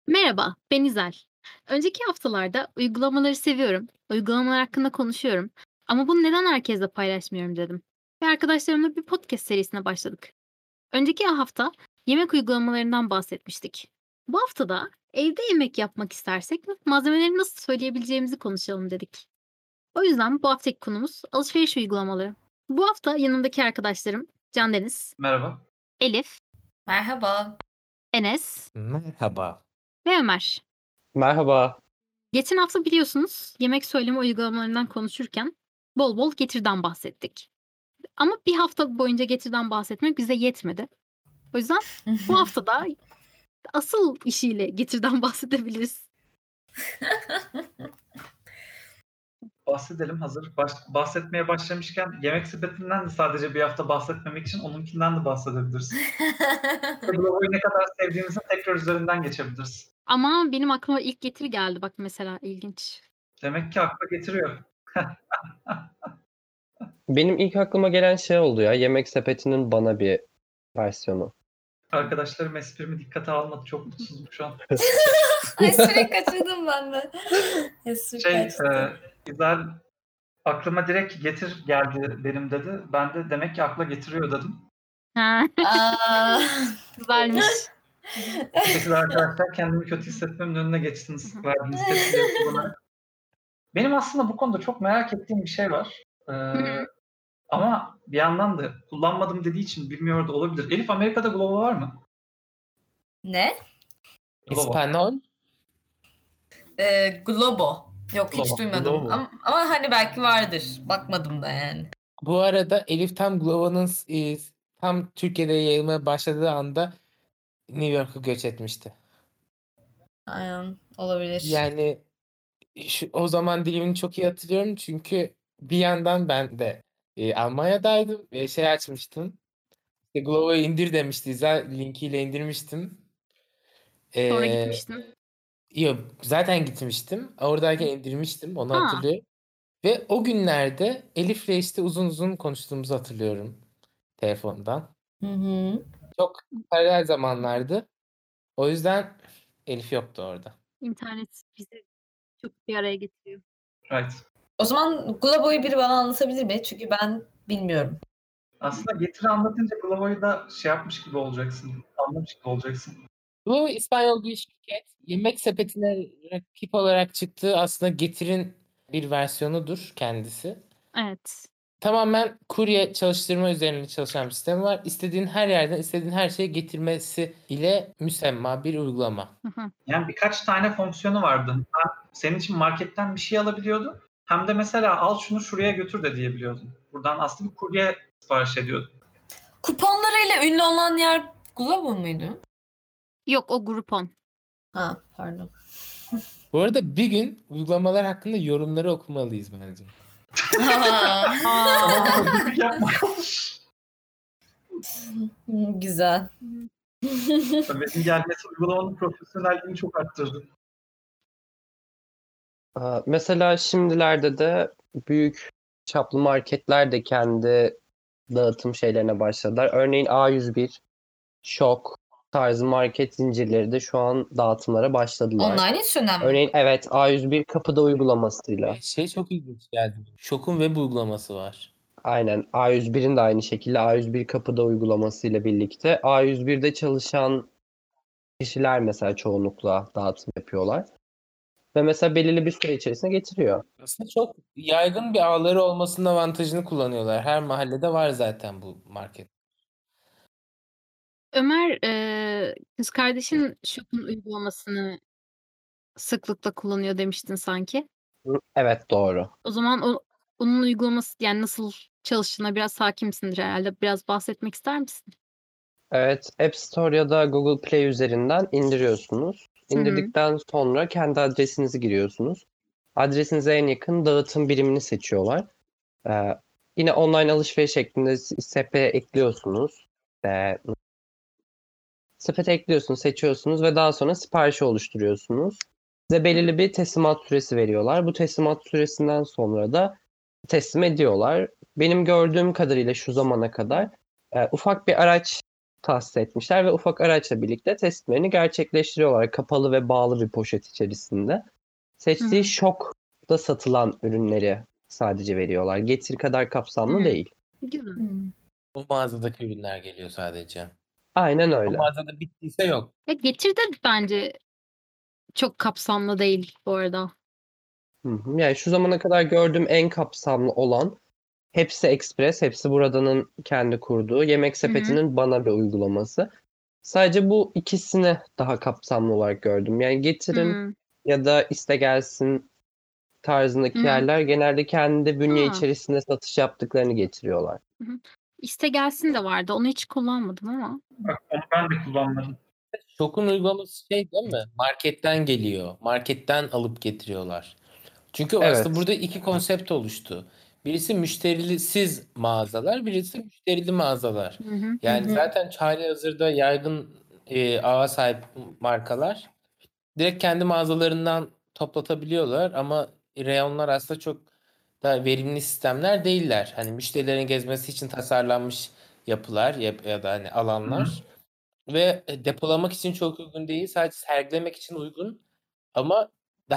Merhaba, ben İzel. Önceki haftalarda uygulamaları seviyorum, uygulamalar hakkında konuşuyorum ama bunu neden herkesle paylaşmıyorum dedim. Ve arkadaşlarımla bir podcast serisine başladık. Önceki hafta yemek uygulamalarından bahsetmiştik. Bu hafta da evde yemek yapmak istersek malzemeleri nasıl söyleyebileceğimizi konuşalım dedik. O yüzden bu haftaki konumuz alışveriş uygulamaları. Bu hafta yanımdaki arkadaşlarım Can Deniz, Merhaba. Elif, Merhaba. Enes Merhaba. ve Ömer. Merhaba. Geçen hafta biliyorsunuz yemek söyleme uygulamalarından konuşurken bol bol Getir'den bahsettik. Ama bir hafta boyunca Getir'den bahsetmek bize yetmedi. O yüzden bu hafta da asıl işiyle Getir'den bahsedebiliriz. Bahsedelim hazır. Bahsetmeye başlamışken Yemek Sepeti'nden de sadece bir hafta bahsetmemek için onunkinden de bahsedebiliriz. Glovo'yu ne kadar sevdiğimizin tekrar üzerinden geçebiliriz. Ama benim aklıma ilk Getir geldi bak mesela ilginç. Demek ki akla getiriyor. Benim ilk aklıma gelen şey oldu ya. Yemek Sepeti'nin bana bir versiyonu. Arkadaşlarım esprimi dikkate almadı. Çok mutsuzum şu an. Espriyi kaçırdım ben de. Espri kaçtı. İzel aklıma direkt getir geldi benim dedi. Ben de demek ki akla getiriyor dedim. Ha, Aa, güzelmiş. Teşekkürler arkadaşlar. Kendimi kötü hissetmemin önüne geçtiniz. Verdiğiniz tepkileri kullanarak. Benim aslında bu konuda çok merak ettiğim bir şey var. Ama bir yandan da kullanmadım dediği için bilmiyor da olabilir. Elif, Amerika'da Glovo var mı? ne? Glovo. İspanyol. Globo. Yok Globo, hiç duymadım. Globo. Ama hani belki vardır. Bakmadım da yani. Bu arada Elif tam Glovo'nun tam Türkiye'de yayılmaya başladığı anda New York'a göç etmişti. Aynen olabilir. Yani o zaman dilimini çok iyi hatırlıyorum çünkü bir yandan ben de Almanya'daydım ve şey açmıştım. İşte Glovo'yu indir demişti. Linkiyle indirmiştim. Sonra E, gitmiştim. Yok, zaten gitmiştim. Oradayken indirmiştim. Onu Aa. hatırlıyorum. Ve o günlerde Elif'le işte uzun uzun konuştuğumuzu hatırlıyorum telefondan. Hı. Çok paralel zamanlardı. O yüzden Elif yoktu orada. İnternet bizi çok bir araya getiriyor. Right. O zaman Globo'yu biri bana anlatabilir mi? Çünkü ben bilmiyorum. Aslında Getir'i anlatınca Glovo'yu da şey yapmış gibi olacaksın. Anlamış gibi olacaksın. Bu İspanyol bir şirket. Yemek sepetine rakip olarak çıktığı aslında Getir'in bir versiyonudur kendisi. Evet. Tamamen kurye çalıştırma üzerine çalışan bir sistem var. İstediğin her yerden istediğin her şeyi getirmesi ile müsemma bir uygulama. Yani birkaç tane fonksiyonu vardı. Hem senin için marketten bir şey alabiliyordu. Hem de mesela al şunu şuraya götür de diyebiliyordun. Buradan aslında bir kurye sipariş ediyordun. Kuponlarıyla ünlü olan yer Globo muydu? Yok o Groupon. Ha pardon. Bu arada bir gün uygulamalar hakkında yorumları okumalıyız bence. Yapma. Güzel. Benim gelmesi uygulamanın profesyonelliğini çok arttırdı. Mesela şimdilerde de büyük çaplı marketler de kendi dağıtım şeylerine başladılar. Örneğin A101, Şok tarzı market zincirleri de şu an dağıtımlara başladılar. Online üstünden mi? Örneğin evet A101 kapıda uygulamasıyla. Şey çok ilginç geldi. Şok'un web uygulaması var. Aynen A101'in de aynı şekilde A101 kapıda uygulamasıyla birlikte A101'de çalışan kişiler mesela çoğunlukla dağıtım yapıyorlar. Ve mesela belirli bir süre içerisinde getiriyor. Aslında çok yaygın bir ağları olmasının avantajını kullanıyorlar. Her mahallede var zaten bu market. Ömer, kız kardeşin Shop'un uygulamasını sıklıkla kullanıyor demiştin sanki. Evet doğru. O zaman onun uygulaması yani nasıl çalıştığına biraz hakimsindir herhalde. Biraz bahsetmek ister misin? Evet, App Store ya da Google Play üzerinden indiriyorsunuz. İndirdikten sonra kendi adresinizi giriyorsunuz. Adresinize en yakın dağıtım birimini seçiyorlar. Yine online alışveriş şeklinde sepete ekliyorsunuz. Sepete ekliyorsunuz, seçiyorsunuz ve daha sonra siparişi oluşturuyorsunuz. Size belirli bir teslimat süresi veriyorlar. Bu teslimat süresinden sonra da teslim ediyorlar. Benim gördüğüm kadarıyla şu zamana kadar ufak bir araç tahsis etmişler ve ufak araçla birlikte teslimlerini gerçekleştiriyorlar. Kapalı ve bağlı bir poşet içerisinde. Seçtiği şokta satılan ürünleri sadece veriyorlar. Getir kadar kapsamlı değil. Güzel. O mağazadaki ürünler geliyor sadece. Aynen O öyle. mağazada bittiyse yok. Ya Getir de bence çok kapsamlı değil bu arada. Hı hı. Yani şu zamana kadar gördüğüm en kapsamlı olan hepsi Express, hepsi buradanın kendi kurduğu Yemek Sepeti'nin bana bir uygulaması. Sadece bu ikisini daha kapsamlı olarak gördüm. Yani Getir'in ya da İste Gelsin tarzındaki yerler genelde kendi bünye Aa. içerisinde satış yaptıklarını getiriyorlar. İste Gelsin de vardı. Onu hiç kullanmadım ama. Bak onu ben de kullanmadım. Şok'un uygulaması şey değil mi? Marketten geliyor. Marketten alıp getiriyorlar. Çünkü Evet. aslında burada iki konsept oluştu. Birisi müşterisiz mağazalar, birisi müşterili mağazalar. Yani zaten halihazırda yaygın ağa sahip markalar direkt kendi mağazalarından toplatabiliyorlar ama reyonlar aslında çok da verimli sistemler değiller. Hani müşterilerin gezmesi için tasarlanmış yapılar ya da hani alanlar ve depolamak için çok uygun değil. Sadece sergilemek için uygun ama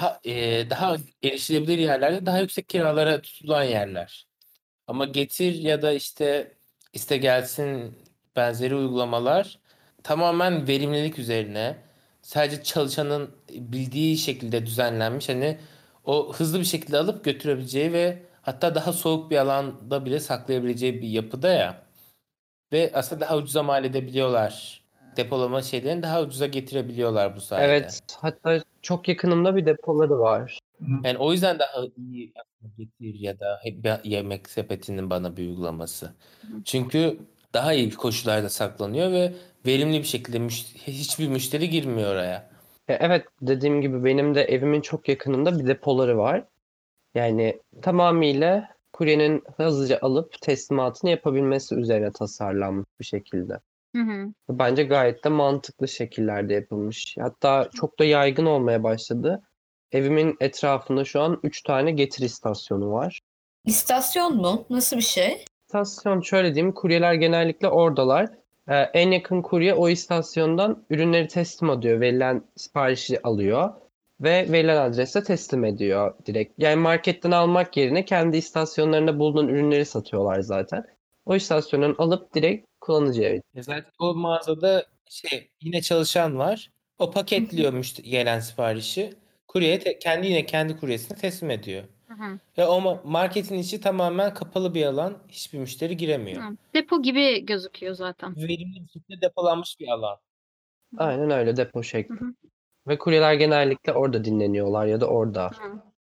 daha erişilebilir yerlerde daha yüksek kiralara tutulan yerler. Ama Getir ya da işte İste Gelsin benzeri uygulamalar tamamen verimlilik üzerine sadece çalışanın bildiği şekilde düzenlenmiş. Hani o hızlı bir şekilde alıp götürebileceği ve hatta daha soğuk bir alanda bile saklayabileceği bir yapıda ya. Ve aslında daha ucuza mal edebiliyorlar. Depolama şeylerini daha ucuza getirebiliyorlar bu sayede. Evet, hatta çok yakınımda bir depoları var. Yani o yüzden daha iyi aslında Getir ya da Yemek Sepeti'nin bana bir uygulaması. Çünkü daha iyi koşullarda saklanıyor ve verimli bir şekilde hiçbir müşteri girmiyor oraya. Evet, dediğim gibi benim de evimin çok yakınında bir depoları var. Yani tamamıyla kuryenin hızlıca alıp teslimatını yapabilmesi üzerine tasarlanmış bir şekilde. Bence gayet de mantıklı şekillerde yapılmış. Hatta çok da yaygın olmaya başladı. Evimin etrafında şu an 3 tane Getir istasyonu var. İstasyon mu? Nasıl bir şey? İstasyon şöyle diyeyim, kuryeler genellikle oradalar. En yakın kurye o istasyondan ürünleri teslim ediyor, verilen siparişi alıyor ve verilen adrese teslim ediyor direkt. Yani marketten almak yerine kendi istasyonlarında bulunan ürünleri satıyorlar zaten. O istasyondan alıp direkt kullanıcıya. Zaten o mağazada yine çalışan var. O paketliyor gelen siparişi. Kuryeye kendi kuryesine teslim ediyor. Ve o marketin içi tamamen kapalı bir alan. Hiçbir müşteri giremiyor. Depo gibi gözüküyor zaten. Verimli bir şekilde depolanmış bir alan. Aynen öyle, depo şekli. Ve kuryeler genellikle orada dinleniyorlar ya da orada.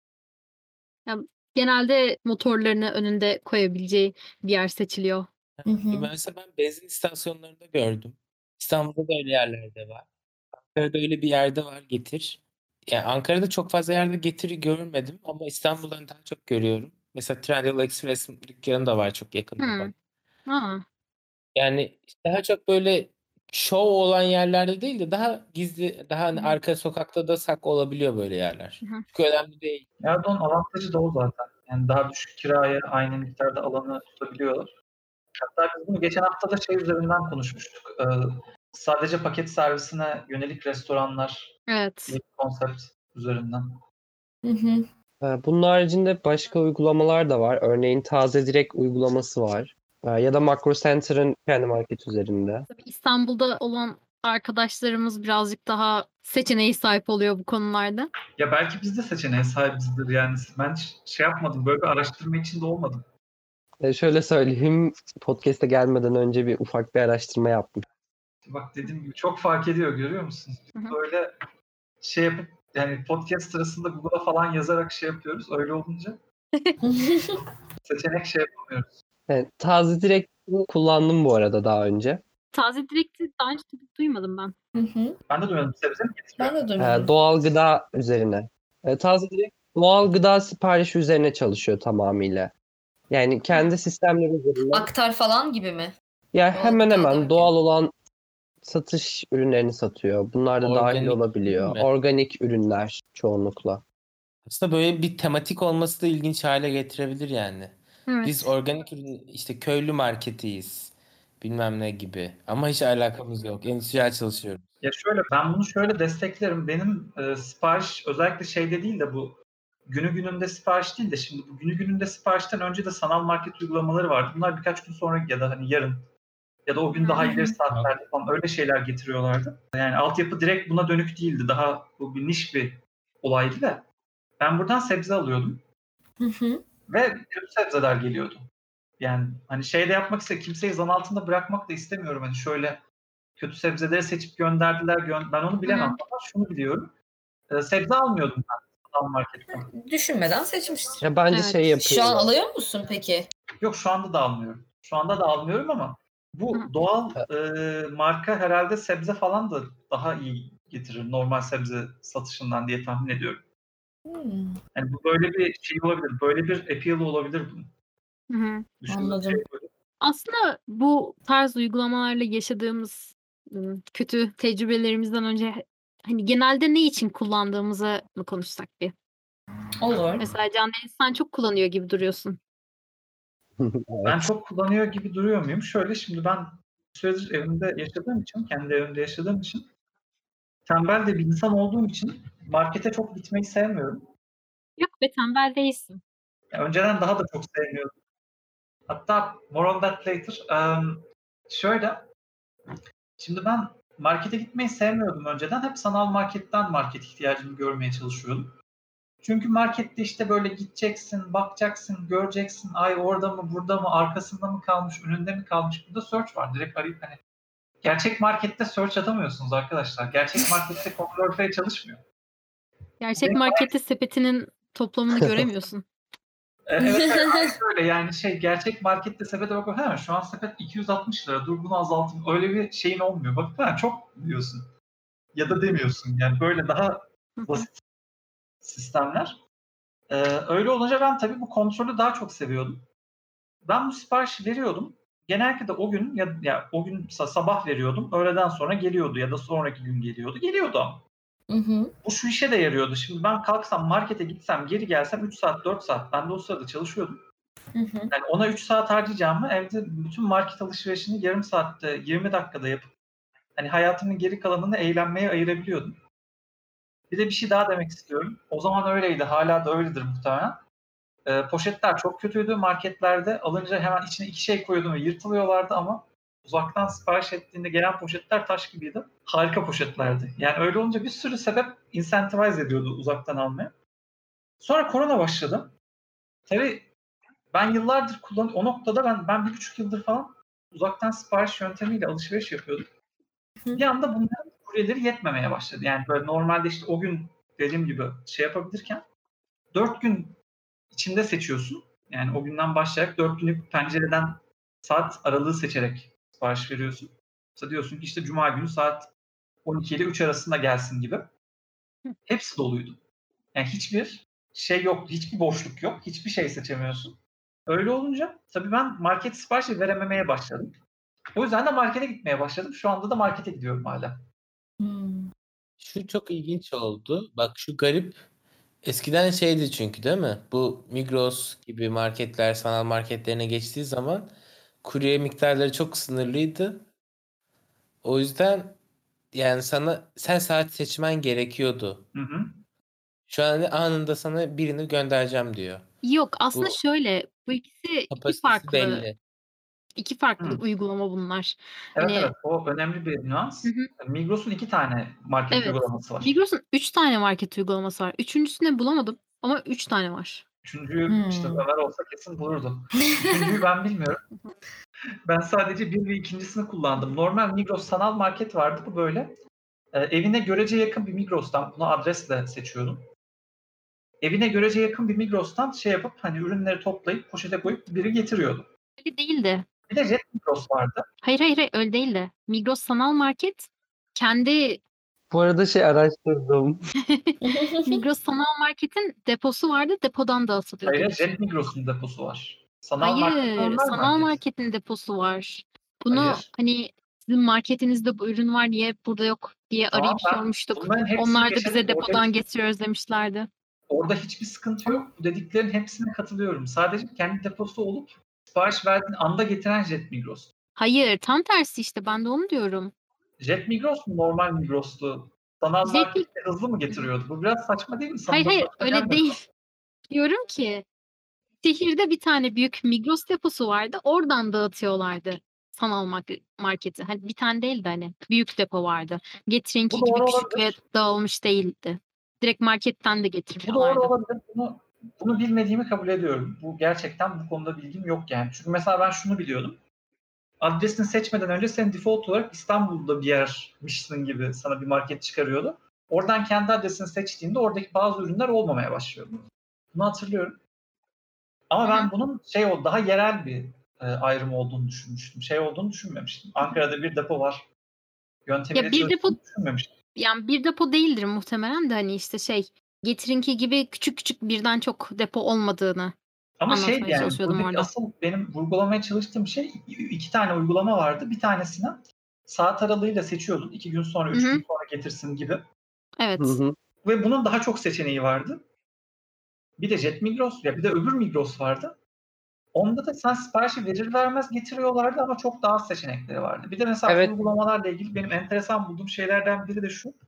Ya, genelde motorlarını önünde koyabileceği bir yer seçiliyor. Mesela ben benzin istasyonlarında gördüm. İstanbul'da da öyle yerlerde var. Ankara'da öyle bir yerde var Getir. Yani Ankara'da çok fazla yerde Getir görmedim ama İstanbul'dan daha çok görüyorum. Mesela Trendyol Express dükkanı da var çok yakında bak. Aa. Yani daha çok böyle şov olan yerlerde değil de daha gizli, daha hani arka sokakta da sak olabiliyor böyle yerler. Çok önemli değil. Erdoğan avantajı da o zaten. Yani daha düşük kiraya aynı miktarda alanı tutabiliyorlar. Hatta biz bunu geçen hafta da üzerinden konuşmuştuk. Sadece paket servisine yönelik restoranlar Evet. bir konsept üzerinden. Bunun haricinde başka uygulamalar da var. Örneğin Taze Direkt uygulaması var. Ya da Makro Center'ın kendi market üzerinde. Tabii İstanbul'da olan arkadaşlarımız birazcık daha seçeneği sahip oluyor bu konularda. Ya belki biz de seçeneğe sahibizdir yani. Ben hiç yapmadım. Böyle bir araştırma içinde olmadım. Şöyle söyleyeyim, podcast'e gelmeden önce bir ufak bir araştırma yaptım. Bak dediğim gibi çok fark ediyor, görüyor musun? Böyle yapıp yani podcast sırasında Google'a falan yazarak yapıyoruz. Öyle olunca seçenek yapamıyoruz. Evet, Taze Direkt'i kullandım bu arada daha önce. Taze Direkt'i daha önce duymadım ben. Ben de duymadım. Sebze mi getiriyor? Ben de duymadım. Doğal gıda üzerine. Taze Direkt doğal gıda siparişi üzerine çalışıyor tamamıyla. Yani kendi sistemleri üzerinden. Aktar falan gibi mi? Ya Doğal hemen gıda hemen derken. doğal olan satış ürünlerini satıyor. Bunlar da dahil Organik değil olabiliyor. mi? Organik ürünler çoğunlukla. Aslında böyle bir tematik olması da ilginç hale getirebilir yani. Evet. Biz organik ürün, işte köylü marketiyiz. bilmem ne gibi. Ama hiç alakamız yok. Endüstriyel çalışıyorum. Ya şöyle, ben bunu şöyle desteklerim. Benim sipariş özellikle şeyde değil de bu günü gününde sipariş değil de şimdi bu günü gününde siparişten önce de sanal market uygulamaları vardı. Bunlar birkaç gün sonra ya da hani yarın ya da o gün daha ileri saatlerde falan öyle şeyler getiriyorlardı. Yani altyapı direkt buna dönük değildi. Daha bu bir niş bir olaydı da. Ben buradan sebze alıyordum ve kötü sebzeler geliyordu. Yani hani şeyde yapmak ise kimseyi zan altında bırakmak da istemiyorum. Hani şöyle kötü sebzeleri seçip gönderdiler. Ben onu bilemem ama şunu biliyorum. Sebze almıyordum ben sanal marketten. Düşünmeden seçmiştir. Ya bence Evet. şey Şu an yapıyorlar. alıyor musun peki? Yok şu anda da almıyorum. Şu anda da almıyorum ama bu Hı. doğal marka herhalde sebze falan da daha iyi getirir normal sebze satışından diye tahmin ediyorum. Yani bu böyle bir şey olabilir. Böyle bir appeal olabilir bunun. Hı hı. Düşündüğüm Anladım. şey böyle. Aslında bu tarz uygulamalarla yaşadığımız kötü tecrübelerimizden önce hani genelde ne için kullandığımızı mı konuşsak bir? Olur. Mesela Can Deniz sen çok kullanıyor gibi duruyorsun. Ben Evet. çok kullanıyor gibi duruyor muyum? Şöyle şimdi ben bir süredir evimde yaşadığım için, kendi evimde yaşadığım için tembel de bir insan olduğum için markete çok gitmeyi sevmiyorum. Yok be tembel değilsin. Yani önceden daha da çok sevmiyordum. Hatta more on that later. Şöyle, şimdi ben markete gitmeyi sevmiyordum önceden. Hep sanal marketten market ihtiyacımı görmeye çalışıyordum. Çünkü markette işte böyle gideceksin, bakacaksın, göreceksin. Ay orada mı, burada mı, arkasında mı kalmış, önünde mi kalmış? Burada search var. Direkt arayıp hani gerçek markette search atamıyorsunuz arkadaşlar. Gerçek markette convert'e çalışmıyor. Gerçek markette sepetinin toplamını göremiyorsun. Evet, aynen öyle. Yani gerçek markette sepete bakıp ha şu an sepet 260 lira. Dur bunu azaltayım. Öyle bir şeyin olmuyor. Bak ha çok diyorsun. Ya da demiyorsun. Yani böyle daha basit sistemler. Öyle olunca ben tabii bu kontrolü daha çok seviyordum. Ben bu siparişi veriyordum. Genellikle de o gün ya o gün sabah veriyordum. Öğleden sonra geliyordu ya da sonraki gün geliyordu. Geliyordu ama. Bu şu işe de yarıyordu. Şimdi ben kalksam markete gitsem geri gelsem 3 saat 4 saat ben de o sırada çalışıyordum. Yani ona 3 saat harcayacağımı evde bütün market alışverişini yarım saatte 20 dakikada yapıp hani hayatımın geri kalanını eğlenmeye ayırabiliyordum. Bir de bir şey daha demek istiyorum. O zaman öyleydi. Hala da öyledir muhtemelen. Poşetler çok kötüydü marketlerde. Alınca hemen içine 2 şey koyuyordum ve yırtılıyorlardı ama uzaktan sipariş ettiğinde gelen poşetler taş gibiydi. Harika poşetlerdi. Yani öyle olunca bir sürü sebep incentivize ediyordu uzaktan almaya. Sonra korona başladı. Tabii ben yıllardır o noktada ben 1,5 yıldır falan uzaktan sipariş yöntemiyle alışveriş yapıyordum. Bir anda bunların kuryeleri yetmemeye başladı. Yani böyle normalde işte o gün dediğim gibi şey yapabilirken 4 gün içinde seçiyorsun. Yani o günden başlayarak 4 günlük pencereden saat aralığı seçerek sipariş veriyorsun. Mesela diyorsun ki işte Cuma günü saat 12 ile 3 arasında gelsin gibi. Hepsi doluydu. Yani hiçbir şey yoktu. Hiçbir boşluk yok. Hiçbir şey seçemiyorsun. Öyle olunca tabii ben market siparişi verememeye başladım. O yüzden de markete gitmeye başladım. Şu anda da markete gidiyorum hala. Şu çok ilginç oldu. Bak şu garip eskiden şeydi çünkü değil mi? Bu Migros gibi marketler sanal marketlerine geçtiği zaman kurye miktarları çok sınırlıydı. O yüzden yani sen saat seçmen gerekiyordu. Hı hı. Şu an anında sana birini göndereceğim diyor. Yok aslında Bu şöyle bu ikisi kapasitesi belli. iki farklı Hı. uygulama bunlar. Evet Hani evet o önemli bir nüans. hı hı, Migros'un 2 tane market evet. uygulaması var. Migros'un 3 tane market uygulaması var. Üçüncüsünü bulamadım ama 3 tane var. Üçüncüyü işte Ömer olsa kesin bulurdu. Üçüncüyü ben bilmiyorum. Ben sadece bir ve ikincisini kullandım. Normal Migros sanal market vardı. Bu böyle. Evine görece yakın bir Migros'tan, bunu adresle seçiyordum. Evine görece yakın bir Migros'tan şey yapıp hani ürünleri toplayıp poşete koyup biri getiriyordu. Öyle değil de. Bir de Jet Migros vardı. Hayır öyle değil de. Migros sanal market kendi Bu arada araştırdım. Migros sanal marketin deposu vardı. Depodan dağıtılıyordu Hayır, ürün. Jet Migros'un deposu var. Sanal market Hayır, normal sanal market. marketin deposu var. Bunu Hayır. hani sizin marketinizde bu ürün var niye burada yok diye Tamam arayıp ben sormuştuk. bunların hepsini Onlar da yaşadım. bize depodan getiriyoruz demişlerdi. Orada hiçbir sıkıntı yok. Bu dediklerin hepsine katılıyorum. Sadece kendi deposu olup sipariş verdiğin anda getiren Jet Migros. Hayır, tam tersi işte ben de onu diyorum. Jet Migros mu normal Migros'tu? Sanal Jet markette hızlı mı getiriyordu? Bu biraz saçma değil mi? Sana Hayır da hayır saçma öyle gelmedi mi? değil. Diyorum ki şehirde bir tane büyük Migros deposu vardı. Oradan dağıtıyorlardı sanal marketi. Hani bir tane değil de hani büyük depo vardı. Bu Getir'inki gibi doğru küçük ve olabilir. dağılmış değildi. Direkt marketten de Bu doğru getirmiyorlardı. olabilir. Bunu bilmediğimi kabul ediyorum. Bu gerçekten bu konuda bilgim yok yani. Çünkü mesela ben şunu biliyordum. Adresini seçmeden önce sen default olarak İstanbul'da bir yermişsin gibi sana bir market çıkarıyordu. Oradan kendi adresini seçtiğinde oradaki bazı ürünler olmamaya başlıyordu. Bunu hatırlıyorum. Ama Hı hı. ben bunun daha yerel bir ayrım olduğunu düşünmüştüm. Şey olduğunu düşünmemiştim. Ankara'da bir depo var. Yöntemiyle Ya bir depo çalıştığını düşünmemiştim. yani bir depo değildir muhtemelen de hani işte Getir'inki gibi küçük küçük birden çok depo olmadığını Ama anlatmaya yani çalışıyordum buradaki orada. asıl benim vurgulamaya çalıştığım şey 2 tane uygulama vardı. Bir tanesini saat aralığıyla seçiyordun. 2 gün sonra, Hı 3 gün hı. sonra getirsin gibi. Evet. Ve bunun daha çok seçeneği vardı. Bir de Jet Migros, ya bir de öbür Migros vardı. Onda da sen siparişi verir vermez getiriyorlardı ama çok daha az seçenekleri vardı. Bir de mesela bu Evet. uygulamalarla ilgili benim enteresan bulduğum şeylerden biri de şu.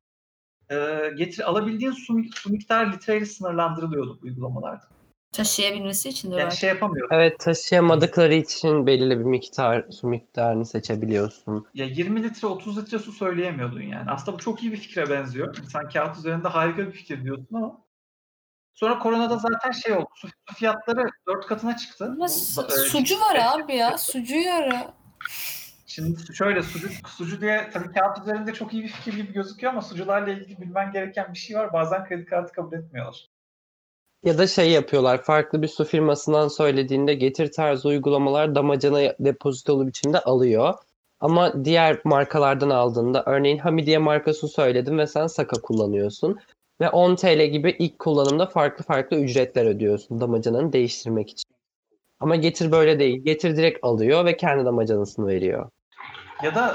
Alabildiğin su miktarı litreyle sınırlandırılıyordu bu uygulamalarda. Taşıyabilmesi için de Yani belki. şey yapamıyordun. Evet, taşıyamadıkları için belirli bir su miktarını seçebiliyorsun. Ya 20 litre 30 litre su söyleyemiyordun yani. Aslında bu çok iyi bir fikre benziyor. Sen kağıt üzerinde harika bir fikir diyorsun ama sonra koronada zaten şey oldu. Su fiyatları 4 katına çıktı. Ama Bu sucu var abi ya. Sucuyu ara. Şimdi şöyle sucu diye tabii kağıt üzerinde çok iyi bir fikir gibi gözüküyor ama sucularla ilgili bilmen gereken bir şey var. Bazen kredi kartı kabul etmiyorlar. Ya da şey yapıyorlar, farklı bir su firmasından söylediğinde Getir tarzı uygulamalar damacana depozitolu biçimde alıyor. Ama diğer markalardan aldığında, örneğin Hamidiye marka su söyledim ve sen Saka kullanıyorsun. Ve 10 TL gibi ilk kullanımda farklı farklı ücretler ödüyorsun damacananı değiştirmek için. Ama Getir böyle değil. Getir direkt alıyor ve kendi damacanasını veriyor. Ya da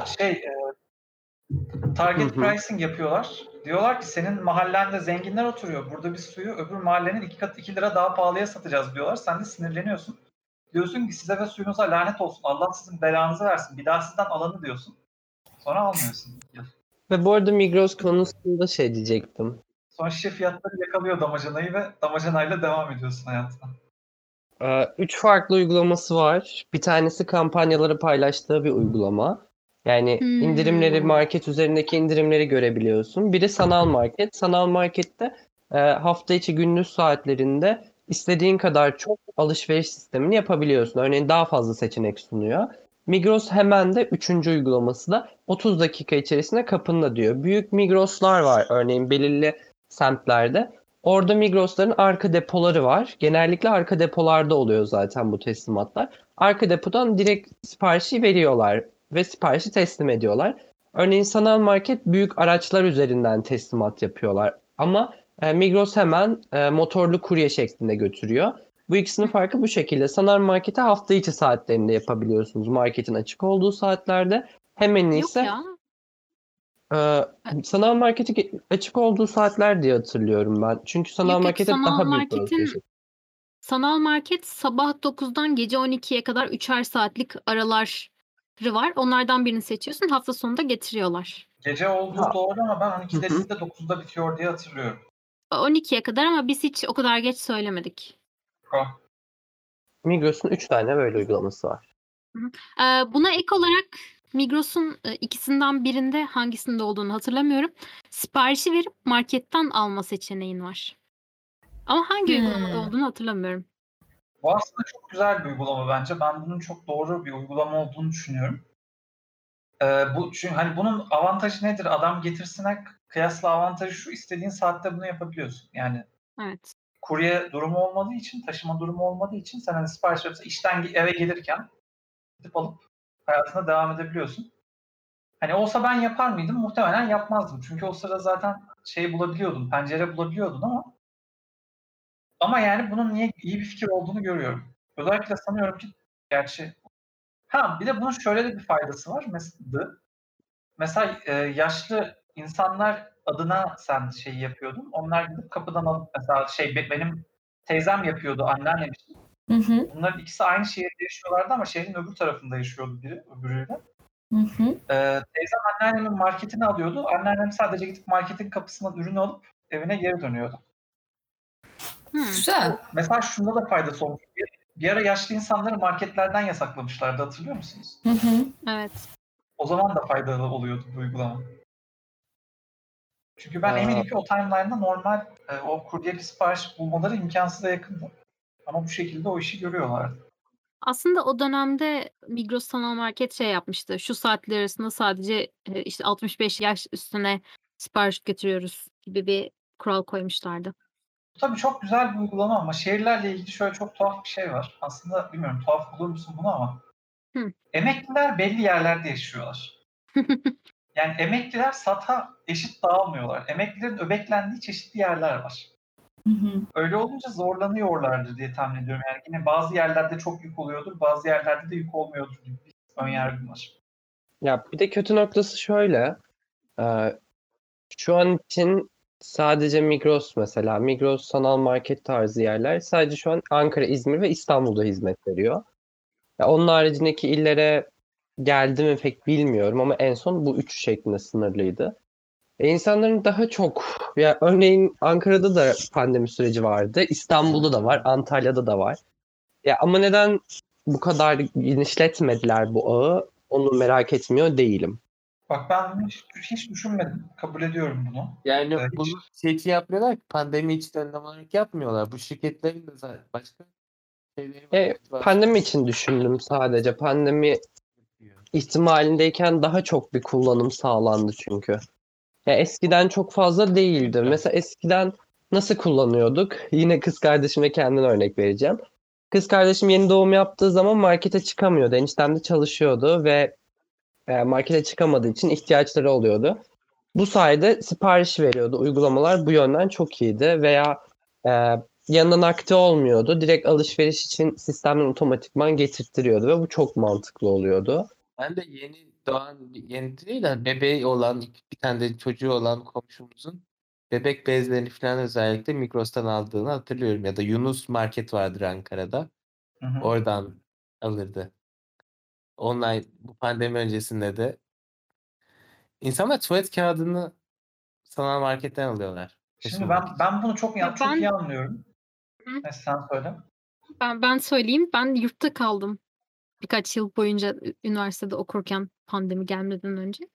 target Hı hı. pricing yapıyorlar. Diyorlar ki senin mahallende zenginler oturuyor. Burada biz suyu öbür mahallenin 2 lira daha pahalıya satacağız diyorlar. Sen de sinirleniyorsun. Diyorsun ki size ve suyunuza lanet olsun. Allah sizin belanızı versin. Bir daha sizden alanı diyorsun. Sonra almıyorsun. Ve bu arada Migros konusunda şey diyecektim. Sonra şişe fiyatları yakalıyor damacanayı ve damacanayla devam ediyorsun hayatına. 3 farklı uygulaması var. Bir tanesi kampanyaları paylaştığı bir uygulama. Yani indirimleri, market üzerindeki indirimleri görebiliyorsun. Biri sanal market. Sanal markette hafta içi gündüz saatlerinde istediğin kadar çok alışveriş sistemini yapabiliyorsun. Örneğin daha fazla seçenek sunuyor. Migros hemen de 3. uygulaması da 30 dakika içerisinde kapında diyor. Büyük Migros'lar var örneğin belirli semtlerde. Orada Migros'ların arka depoları var. Genellikle arka depolarda oluyor zaten bu teslimatlar. Arka depodan direkt siparişi veriyorlar ve siparişi teslim ediyorlar. Örneğin sanal market büyük araçlar üzerinden teslimat yapıyorlar. Ama Migros hemen motorlu kurye şeklinde götürüyor. Bu ikisinin farkı bu şekilde. Sanal marketi hafta içi saatlerinde yapabiliyorsunuz. Marketin açık olduğu saatlerde. Hemen Yok ise ya. sanal marketi açık olduğu saatler diye hatırlıyorum ben. Çünkü sanal Yok markete sanal daha büyük bir alışveriş. sanal market sabah 9'dan gece 12'ye kadar 3'er saatlik araları var. Onlardan birini seçiyorsun. Hafta sonunda getiriyorlar. Gece olduğu Ha. doğru ama ben 12'de Hı hı. değil de 9'da bitiyor diye hatırlıyorum. 12'ye kadar ama biz hiç o kadar geç söylemedik. Migros'un 3 tane böyle uygulaması var. Buna ek olarak Migros'un ikisinden birinde hangisinde olduğunu hatırlamıyorum. Siparişi verip marketten alma seçeneğin var. Ama hangi uygulamada olduğunu hatırlamıyorum. Bu aslında çok güzel bir uygulama bence. Ben bunun çok doğru bir uygulama olduğunu düşünüyorum. Çünkü hani bunun avantajı nedir? Adam getirsine kıyasla avantajı şu, istediğin saatte bunu yapabiliyorsun. Yani Evet. kurye durumu olmadığı için, taşıma durumu olmadığı için sen hani sipariş verirsen işten eve gelirken gidip alıp hayatına devam edebiliyorsun. Hani olsa ben yapar mıydım? Muhtemelen yapmazdım. Çünkü o sırada zaten bulabiliyordun, pencere bulabiliyordun ama yani bunun niye iyi bir fikir olduğunu görüyorum. Özellikle sanıyorum ki gerçi bir de bunun şöyle de bir faydası var. Mesela yaşlı insanlar adına sen yapıyordun. Onlar gidip kapıdan alıp mesela benim teyzem yapıyordu, anneannem için. Hı hı. Bunların ikisi aynı şehirde yaşıyorlardı ama şehrin öbür tarafında yaşıyordu biri öbürüyle. Hı hı. Teyzem anneannemin marketini alıyordu. Anneannem sadece gidip marketin kapısından ürünü alıp evine geri dönüyordu. Güzel. Mesela şunda da faydası olmuş. Bir ara yaşlı insanları marketlerden yasaklamışlardı, hatırlıyor musunuz? Hı hı. Evet. O zaman da faydalı oluyordu bu uygulama. Çünkü ben Aa, eminim ki o timeline'da normal o kuryeli sipariş bulmaları imkansıza yakındı. Ama bu şekilde o işi görüyorlardı. Aslında o dönemde Migros Sanal Market şey yapmıştı. Şu saatler arasında sadece işte 65 yaş üstüne sipariş götürüyoruz gibi bir kural koymuşlardı. Bu tabii çok güzel bir uygulama ama şehirlerle ilgili şöyle çok tuhaf bir şey var. Aslında bilmiyorum tuhaf bulur musun bunu ama Hı. emekliler belli yerlerde yaşıyorlar. Yani emekliler sata eşit dağılmıyorlar. Emeklilerin öbeklendiği çeşitli yerler var. Hı hı. Öyle olunca zorlanıyorlardır diye tahmin ediyorum. Yani yine bazı yerlerde çok yük oluyordur, bazı yerlerde de yük olmuyordur gibi bir ön yargım var. ya bir de kötü noktası şöyle. Şu an için sadece Migros mesela, Migros sanal market tarzı yerler sadece şu an Ankara, İzmir ve İstanbul'da hizmet veriyor. Ya onun haricindeki illere geldi mi pek bilmiyorum ama en son bu üç şeklinde sınırlıydı. İnsanların daha çok, ya örneğin Ankara'da da pandemi süreci vardı, İstanbul'da da var, Antalya'da da var. Ya ama neden bu kadar genişletmediler bu ağı? Onu merak etmiyor değilim. Bak ben bunu hiç düşünmedim. Kabul ediyorum bunu. Yani Hiç. bunu şey için yapmıyorlar ki, pandemi için önlem olarak yapmıyorlar. Bu şirketlerin de zaten başka şeyleri var. motivasyonu Pandemi için düşündüm sadece. Pandemi yapıyor. ihtimalindeyken daha çok bir kullanım sağlandı çünkü. Ya eskiden çok fazla değildi. Mesela eskiden nasıl kullanıyorduk? Yine kız kardeşime kendine örnek vereceğim. Kız kardeşim yeni doğum yaptığı zaman markete çıkamıyordu. Eniştem de çalışıyordu ve markete çıkamadığı için ihtiyaçları oluyordu. Bu sayede sipariş veriyordu. Uygulamalar bu yönden çok iyiydi veya e, yanında nakdi olmuyordu. Direkt alışveriş için sistemden otomatikman getirttiriyordu ve bu çok mantıklı oluyordu. Ben de yeni doğan, yeni değil de bebeği olan, bir tane de çocuğu olan komşumuzun bebek bezlerini falan özellikle Migros'tan aldığını hatırlıyorum. Ya da Yunus Market vardır Ankara'da. Hı hı. Oradan alırdı. Online, bu pandemi öncesinde de. İnsanlar tuvalet kağıdını sanal marketten alıyorlar. Şimdi Taşınmak için. ben bunu çok Ya çok iyi ben anlıyorum. Neyse sen söyle. ben söyleyeyim. Ben yurtta kaldım birkaç yıl boyunca üniversitede okurken pandemi gelmeden önce.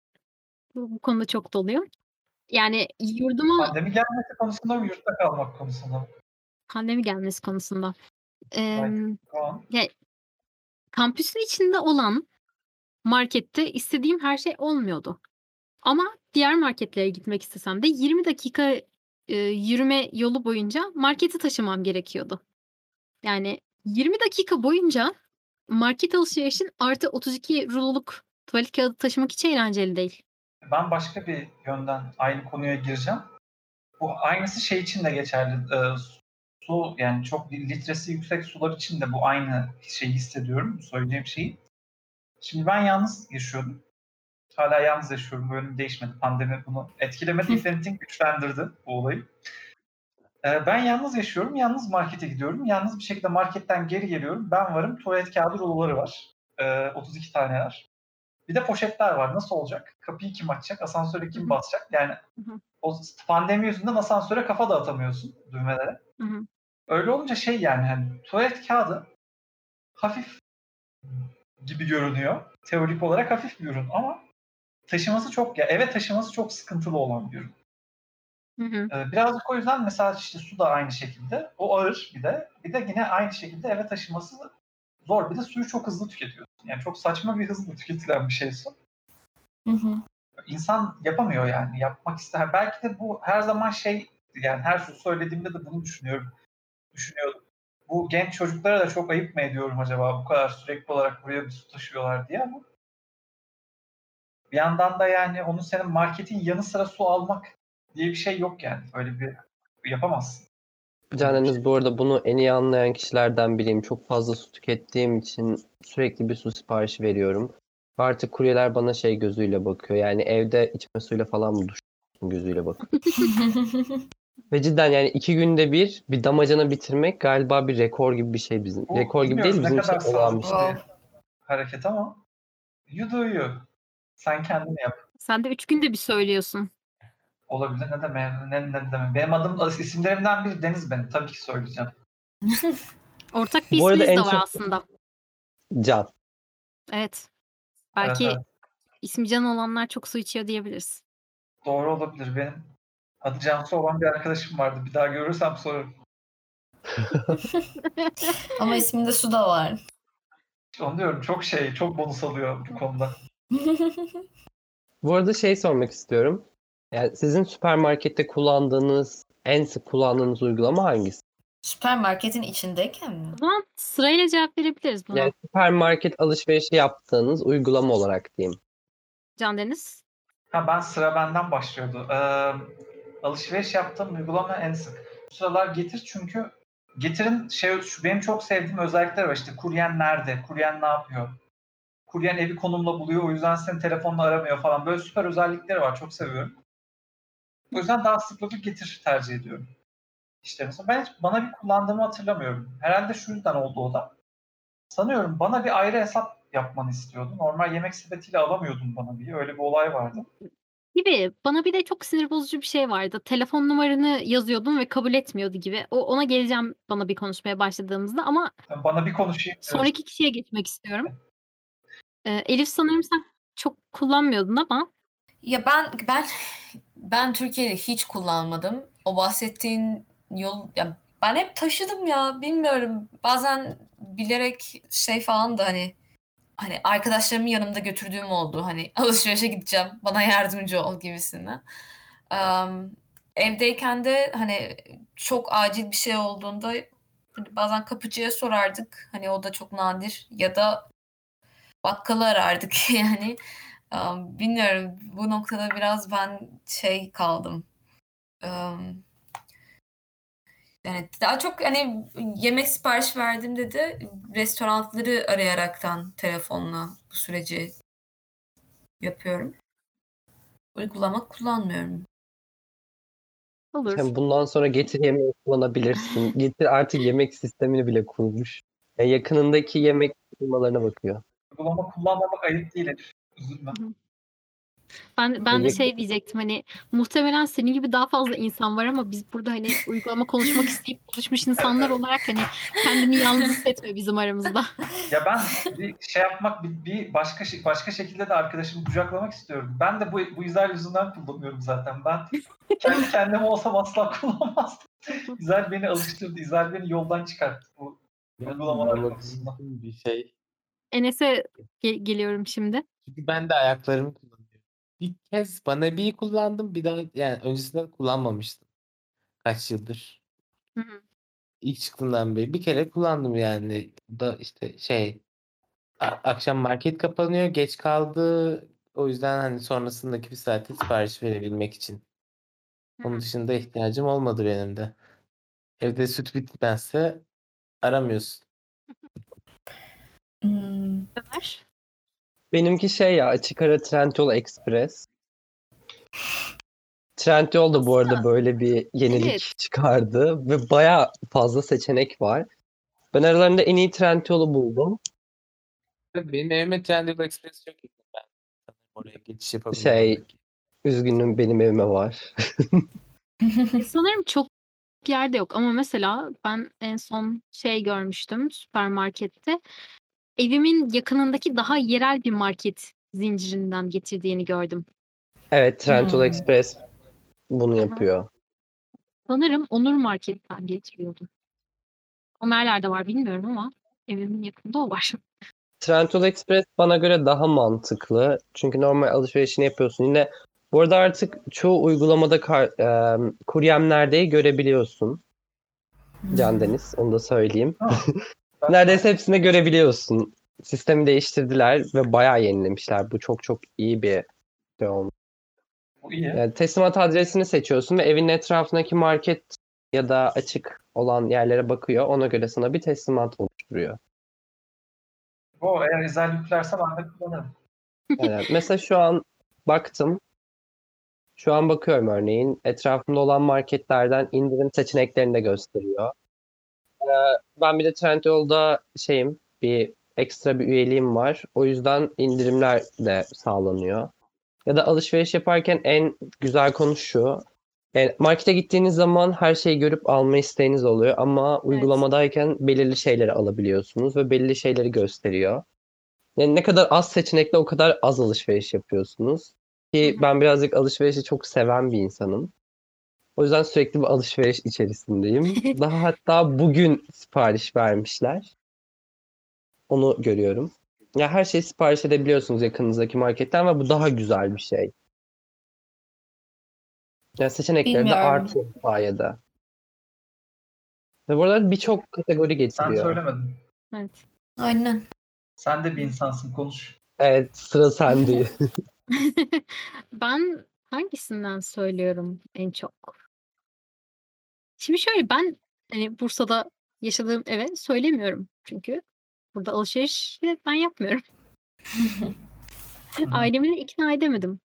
Bu konuda çok doluyum. Yani yurduma Pandemi gelmesi konusunda mı, yurtta kalmak konusunda mı? pandemi gelmesi konusunda. Right. Go on. Ya, kampüsün içinde olan markette istediğim her şey olmuyordu. Ama diğer marketlere gitmek istesem de 20 dakika yürüme yolu boyunca marketi taşımam gerekiyordu. Yani 20 dakika boyunca market alışverişin artı 32 ruloluk tuvalet kağıdı taşımak hiç eğlenceli değil. Ben başka bir yönden aynı konuya gireceğim. Bu aynısı şey için de geçerli. Su, yani çok litresi yüksek sular için de bu aynı şeyi hissediyorum. Bu söyleyeceğim şeyi. Şimdi ben yalnız yaşıyordum. Hala yalnız yaşıyorum. Bu yönüm değişmedi. Pandemi bunu etkilemedi. İnternetin güçlendirdi bu olayı. Ben yalnız yaşıyorum. Yalnız markete gidiyorum. Yalnız bir şekilde marketten geri geliyorum. Ben varım. Tuvalet kağıdı ruloları var. 32 taneler. Bir de poşetler var. Nasıl olacak? Kapıyı kim açacak? Asansöre kim basacak? Yani o pandemi yüzünden asansöre kafa da atamıyorsun düğmelere. Öyle olunca şey yani hani tuvalet kağıdı hafif gibi görünüyor. Teorik olarak hafif bir ürün ama taşıması çok, ya eve taşıması çok sıkıntılı olan bir ürün. Birazcık o yüzden mesela işte su da aynı şekilde. O ağır bir de yine aynı şekilde eve taşıması zor. Bir de suyu çok hızlı tüketiyorsun. Yani çok saçma bir hızla tüketilen bir şey su. İnsan yapamıyor yani. Yapmak ister. Belki de bu her zaman şey, yani her su söylediğimde de bunu düşünüyordum. Bu genç çocuklara da çok ayıp mı ediyorum acaba bu kadar sürekli olarak buraya bir su taşıyorlar diye, ama bir yandan da yani onun senin marketin yanı sıra su almak diye bir şey yok yani. Öyle bir yapamazsın. Caneniz bu arada bunu en iyi anlayan kişilerden biriyim. Çok fazla su tükettiğim için sürekli bir su siparişi veriyorum. Artık kuryeler bana şey gözüyle bakıyor. Yani evde içme suyla falan mı duş gözüyle bakıyor. Ve cidden yani 2 günde bir damacana bitirmek galiba bir rekor gibi bir şey bizim. Bu Rekor gibi bilmiyoruz değil, ne bizim için kadar olağan bir sağlıklı şey. bir Wow. hareket ama you do you. Sen kendin yap. Sen de 3 günde bir söylüyorsun. Olabilir. Ne demek? Ne demek? Benim adım isimlerimden biri Deniz benim. Tabii ki söyleyeceğim. Ortak bir Bu arada isminiz en de var çok aslında. Can. Evet. Evet, Belki evet. ismi Can olanlar çok su içiyor diyebiliriz. Doğru olabilir. Benim adı Cansu olan bir arkadaşım vardı. Bir daha görürsem sorarım. Ama isminde su da var. Onu diyorum. Çok bonus alıyor bu konuda. Bu arada şey sormak istiyorum. Yani sizin süpermarkette kullandığınız, en sık kullandığınız uygulama hangisi? Süpermarketin içindeyken mi? O zaman sırayla cevap verebiliriz buna. Yani süpermarket alışverişi yaptığınız uygulama olarak diyeyim. Can Deniz. Sıra benden başlıyordu. Alışveriş yaptığım uygulama en sık. Bu sıralar Getir, çünkü Getir'in benim çok sevdiğim özellikleri var. İşte kuryen nerede, kuryen ne yapıyor, kuryen evi konumla buluyor, o yüzden seni telefonla aramıyor falan. Böyle süper özellikleri var. Çok seviyorum. O yüzden daha sıklıkla Getir tercih ediyorum. İşte mesela bana bir kullandığımı hatırlamıyorum. Herhalde şu yüzden oldu o da. Sanıyorum bana bir ayrı hesap yapmanı istiyordu. Normal yemek sepetiyle alamıyordum bana bir. Öyle bir olay vardı. Gibi. Bana bir de çok sinir bozucu bir şey vardı. Telefon numaranı yazıyordum ve kabul etmiyordu gibi. Ona geleceğim bana bir konuşmaya başladığımızda ama Yani bana bir konuşayım. sonraki kişiye geçmek istiyorum. Elif, sanırım sen çok kullanmıyordun ama Ya ben Türkiye'de hiç kullanmadım. O bahsettiğin yol ya ben hep taşıdım ya bilmiyorum. Bazen bilerek şey falan da hani arkadaşlarımın yanımda götürdüğüm oldu. Hani alışverişe gideceğim. Bana yardımcı ol gibisinden. Evdeyken de hani çok acil bir şey olduğunda hani bazen kapıcıya sorardık. Hani o da çok nadir ya da bakkalı arardık yani. Bilmiyorum bu noktada biraz ben şey kaldım. Am, Yani daha çok hani yemek sipariş verdiğimde de restoranları arayaraktan telefonla bu süreci yapıyorum. Uygulama kullanmıyorum. olur. Sen bundan sonra Getir yemeği kullanabilirsin. Getir artık yemek sistemini bile kurmuş. Yani yakınındaki yemek firmalarına bakıyor. Uygulama kullanmamak ayıp değil. Üzülme. Ben de Yak- şey diyecektim, hani muhtemelen senin gibi daha fazla insan var ama biz burada hani uygulama konuşmak isteyip buluşmuş insanlar olarak hani kendini yalnız hissetme bizim aramızda. Ya ben bir şey yapmak, bir başka şekilde de arkadaşımı kucaklamak istiyorum. Ben de bu İzel yüzünden kullanıyorum zaten. Ben kendi kendime olsam asla kullanmazdım. İzel beni alıştırdı. İzel beni yoldan çıkarttı bu uygulamalar Ama konusunda. bir şey. Enes'e geliyorum şimdi. Çünkü ben de ayaklarımı kullanıyorum. Bir kez bana bir kullandım, bir daha yani öncesinden kullanmamıştım. Kaç yıldır. Hı hı. İlk çıktığından beri bir kere kullandım yani. Bu da işte akşam market kapanıyor, geç kaldı. O yüzden hani sonrasındaki bir saate sipariş verebilmek için. Onun dışında ihtiyacım olmadı benim de. Evde süt bitmezse aramıyorsun. Hmm. Ömer. Benimki şey ya, açık ara Trendyol Express. Trendyol da bu arada böyle bir yenilik Evet. çıkardı ve baya fazla seçenek var. Ben aralarında en iyi Trendyol'u buldum. Benim evime Trendyol Express çok yakın. Ben sanırım oraya geçiş yapabilirim Şey, belki. üzgünüm benim evime var. Sanırım çok yerde yok ama mesela ben en son şey görmüştüm süpermarkette. Evimin yakınındaki daha yerel bir market zincirinden getirdiğini gördüm. Evet, Trendyol Hmm. Express bunu Aha. yapıyor. Sanırım Onur Market'ten getiriyordu. O nerelerde var bilmiyorum ama evimin yakında o var. Trendyol Express bana göre daha mantıklı. Çünkü normal alışverişini yapıyorsun. Yine bu arada artık çoğu uygulamada kuryem neredeyi görebiliyorsun. Can Deniz, onu da söyleyeyim. Ha, ben Neredeyse hepsini görebiliyorsun. Sistemi değiştirdiler ve bayağı yenilemişler. Bu çok çok iyi bir şey olmuş. bu iyi. Yani teslimat adresini seçiyorsun ve evin etrafındaki market ya da açık olan yerlere bakıyor. Ona göre sana bir teslimat oluşturuyor. Bu eğer İzel yüklerse ben de kullanırım. Yani mesela şu an baktım. Şu an bakıyorum örneğin etrafımda olan marketlerden indirim seçeneklerini de gösteriyor. Ben bir de Trendyol'da bir ekstra bir üyeliğim var. O yüzden indirimler de sağlanıyor. Ya da alışveriş yaparken en güzel konu şu. Markete gittiğiniz zaman her şeyi görüp alma isteğiniz oluyor ama uygulamadayken belirli şeyleri alabiliyorsunuz ve belirli şeyleri gösteriyor. Yani ne kadar az seçenekle o kadar az alışveriş yapıyorsunuz. Ki ben birazcık alışverişi çok seven bir insanım. O yüzden sürekli bir alışveriş içerisindeyim. Daha hatta bugün sipariş vermişler. Onu görüyorum. Ya her şeyi sipariş edebiliyorsunuz yakınınızdaki marketten ve bu daha güzel bir şey. Yani seçenekleri de Bilmiyorum. artıyor bu sayede. Ve burada birçok kategori Sen getiriyor. söylemedin. Evet. Aynen. Sen de bir insansın, konuş. Evet, sıra sende. Ben hangisinden söylüyorum en çok? Şimdi şöyle, ben hani Bursa'da yaşadığım eve söylemiyorum çünkü burada alışveriş ben yapmıyorum. Ailemi de ikna edemedim.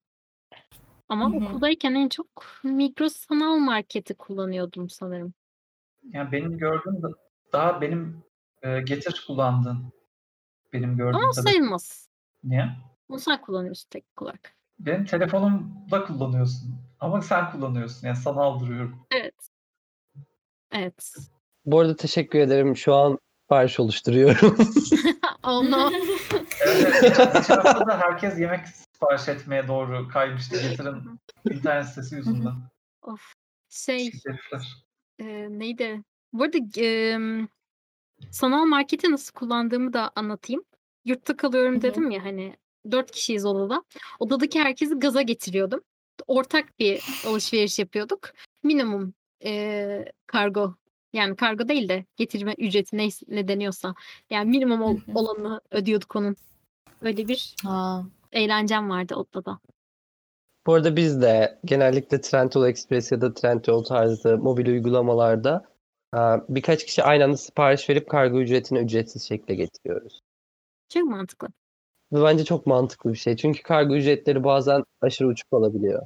Ama Hı hı. okuldayken en çok Migros Sanal Market'i kullanıyordum sanırım. Yani benim gördüğüm de daha benim Getir kullandığın benim Ama gördüğüm o kadarıyla. sayılmaz. Niye? Onu sen kullanıyorsun tek olarak. Benim telefonumda kullanıyorsun. Ama sen kullanıyorsun. Yani sana aldırıyorum. Evet. Evet. Bu arada teşekkür ederim. Şu an sipariş oluşturuyorum. Oh no. Evet, geçen hafta da herkes yemek sipariş etmeye doğru kaymıştı Getir'in internet sitesi yüzünden. Of. Şey, Herifler. neydi? Bu arada sanal marketi nasıl kullandığımı da anlatayım. Yurtta kalıyorum dedim ya, hani 4 kişiyiz odada. Odadaki herkesi gaza getiriyordum. Ortak bir alışveriş yapıyorduk. Minimum kargo, yani kargo değil de getirme ücreti ne deniyorsa. Yani minimum olanını ödüyorduk onun. Öyle bir Ha. eğlencem vardı odada. Bu arada biz de genellikle Trendyol Express ya da Trendyol tarzı mobil uygulamalarda birkaç kişi aynı anda sipariş verip kargo ücretini ücretsiz şekilde getiriyoruz. Çok mantıklı. Ve bence çok mantıklı bir şey. Çünkü kargo ücretleri bazen aşırı uçuk olabiliyor.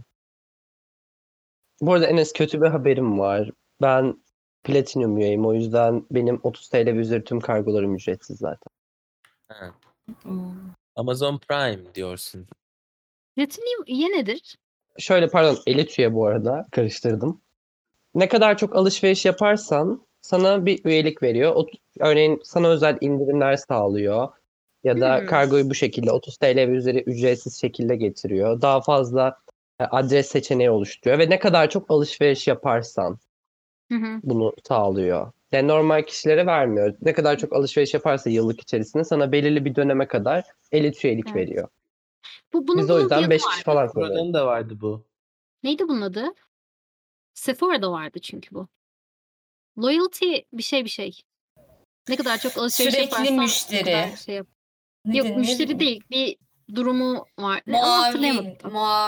Bu arada Enes, kötü bir haberim var. Ben Platinum üyeyim. O yüzden benim 30 TL ve üzeri tüm kargolarım ücretsiz zaten. Ha. Hmm. Amazon Prime diyorsun. Platinum üye nedir? Şöyle, pardon, Elite üye bu arada. Karıştırdım. Ne kadar çok alışveriş yaparsan sana bir üyelik veriyor. Örneğin sana özel indirimler sağlıyor. Ya da kargoyu bu şekilde 30 TL ve üzeri ücretsiz şekilde getiriyor. Daha fazla adres seçeneği oluşturuyor. Ve ne kadar çok alışveriş yaparsan bunu sağlıyor. Yani normal kişilere vermiyor. Ne kadar çok alışveriş yaparsa yıllık içerisinde sana belirli bir döneme kadar Elite üyelik Evet. veriyor. Bunun Biz o bir yüzden adı 5 kişi vardı. falan kullanıyoruz. Buradan da vardı bu. Neydi bunun adı? Sephora'da vardı çünkü bu. Loyalty bir şey. Ne kadar çok alışveriş Sürekli yaparsan müşteri. o kadar şey yap. Ne Yok, denir? müşteri değil. Bir durumu var. Ama hatırlayamadım.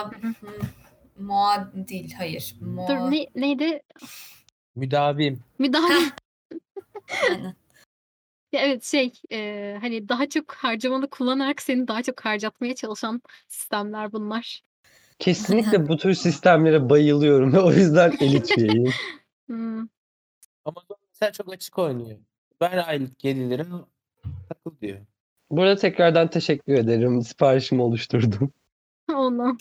Değil, hayır. Dur, neydi? Müdavim. Müdahale. Aynen. Ya evet, hani daha çok harcamanı kullanarak seni daha çok harcatmaya çalışan sistemler bunlar. Kesinlikle bu tür sistemlere bayılıyorum ve o yüzden Elite üyeyim. Amazon mesela çok açık oynuyor. Ver aylık 7 lira takıl diyor. Bu arada tekrardan teşekkür ederim. Siparişimi oluşturdum. Ondan.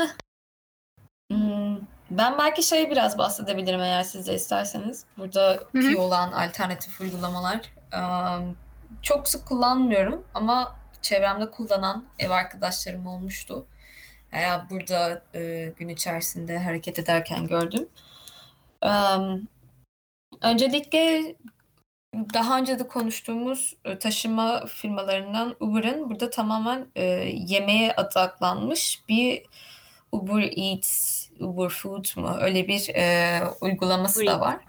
Ben belki biraz bahsedebilirim eğer siz de isterseniz. Buradaki olan alternatif uygulamalar. Çok sık kullanmıyorum ama çevremde kullanan ev arkadaşlarım olmuştu. Burada gün içerisinde hareket ederken gördüm. Öncelikle daha önce de konuştuğumuz taşıma firmalarından Uber'ın burada tamamen yemeğe odaklanmış bir Uber Eats, Uber Food mu öyle bir uygulaması da var.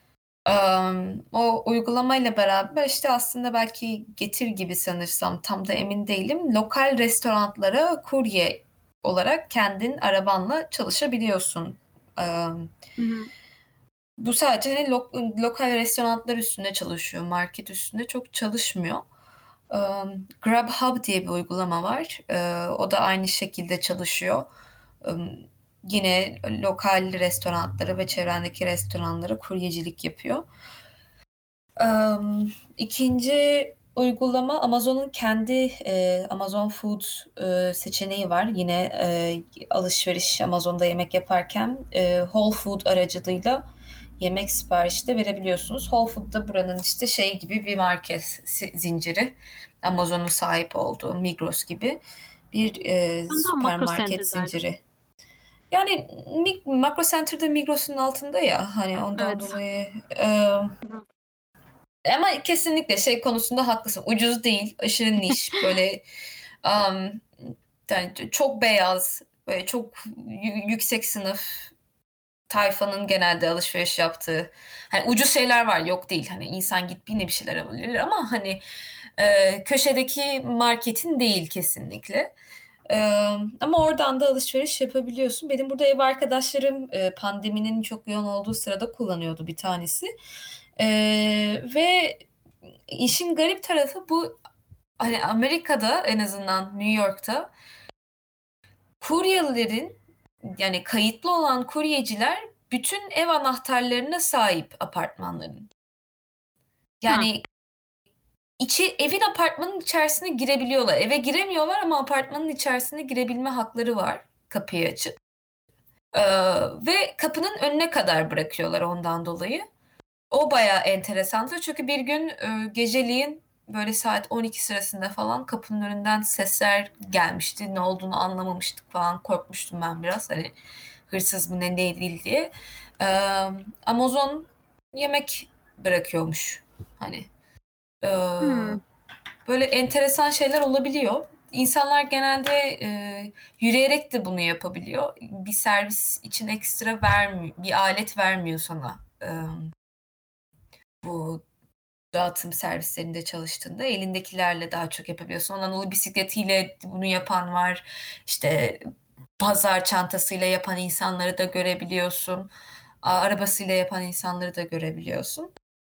O uygulamayla beraber aslında belki Getir gibi sanırsam, tam da emin değilim. Lokal restoranlara kurye olarak kendin arabanla çalışabiliyorsun. Bu sadece lokal restoranlar üstünde çalışıyor, market üstünde çok çalışmıyor. Grubhub diye bir uygulama var. O da aynı şekilde çalışıyor. yine lokal restoranları ve çevrendeki restoranlara kuryecilik yapıyor. İkinci uygulama Amazon'un kendi Amazon Food seçeneği var. Yine alışveriş Amazon'da yemek yaparken Whole Food aracılığıyla yemek siparişi de verebiliyorsunuz. Whole Food da buranın işte şey gibi bir market zinciri. Amazon'un sahip olduğu Migros gibi bir Ben daha Makro Center süpermarket derdim. zinciri. Yani Makro Center'da Migros'un altında ya hani ondan Evet. dolayı ama kesinlikle şey konusunda haklısın. Ucuz değil, aşırı niş böyle yani çok beyaz, böyle çok yüksek sınıf tayfanın genelde alışveriş yaptığı. Hani ucuz şeyler var, yok değil. Hani insan gidip yine bir şeyler alabilir ama hani köşedeki marketin değil kesinlikle. Ama oradan da alışveriş yapabiliyorsun. Benim burada ev arkadaşlarım pandeminin çok yoğun olduğu sırada kullanıyordu bir tanesi. Ve işin garip tarafı bu, hani Amerika'da en azından New York'ta kuryelerin, yani kayıtlı olan kuryeciler bütün ev anahtarlarına sahip apartmanların. Yani evin apartmanın içerisine girebiliyorlar. Eve giremiyorlar ama apartmanın içerisine girebilme hakları var kapıyı açıp. Ve kapının önüne kadar bırakıyorlar ondan dolayı. O bayağı enteresandı çünkü bir gün geceliğin böyle saat 12 sırasında falan kapının önünden sesler gelmişti. Ne olduğunu anlamamıştık falan. Korkmuştum ben biraz. Hani hırsız mı ne değil diye. Amazon yemek bırakıyormuş. Hani böyle enteresan şeyler olabiliyor. İnsanlar genelde yürüyerek de bunu yapabiliyor. Bir servis için ekstra vermiyor, bir alet vermiyor sana. Bu dağıtım servislerinde çalıştığında elindekilerle daha çok yapabiliyorsun. Ondan bisikletiyle bunu yapan var. İşte pazar çantasıyla yapan insanları da görebiliyorsun. Arabasıyla yapan insanları da görebiliyorsun.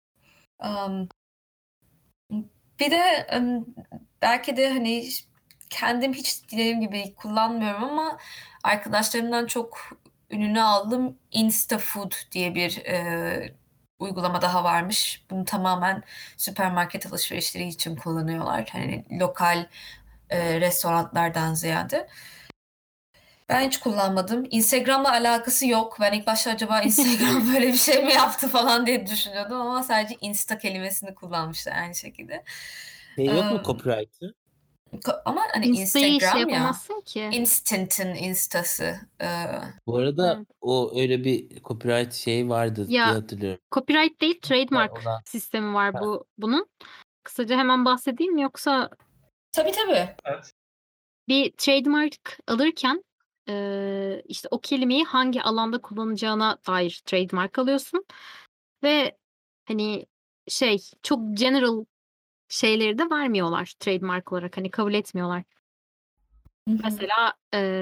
Bir de belki de hani kendim hiç dediğim gibi kullanmıyorum ama arkadaşlarımdan çok ününü aldım. Instafood diye bir uygulama daha varmış. Bunu tamamen süpermarket alışverişleri için kullanıyorlar. Hani lokal restoranlardan ziyade. Ben hiç kullanmadım. Instagram'la alakası yok. Ben ilk başta acaba Instagram böyle bir şey mi yaptı falan diye düşünüyordum ama sadece Insta kelimesini kullanmışlar aynı şekilde. Yok mu Eee, copyright'ı? Ama hani Insta'yı şey Instagram ya, yapamazsın ki. Instant'ın instası. Bu arada Evet. o öyle bir copyright şeyi vardı diye Ya hatırlıyorum. copyright değil, trademark Ona sistemi var Heh. bunun. Kısaca hemen bahsedeyim yoksa Tabii. Evet. bir trademark alırken işte o kelimeyi hangi alanda kullanacağına dair trademark alıyorsun ve hani çok general şeyleri de vermiyorlar trademark olarak. Hani kabul etmiyorlar. Hı hı. Mesela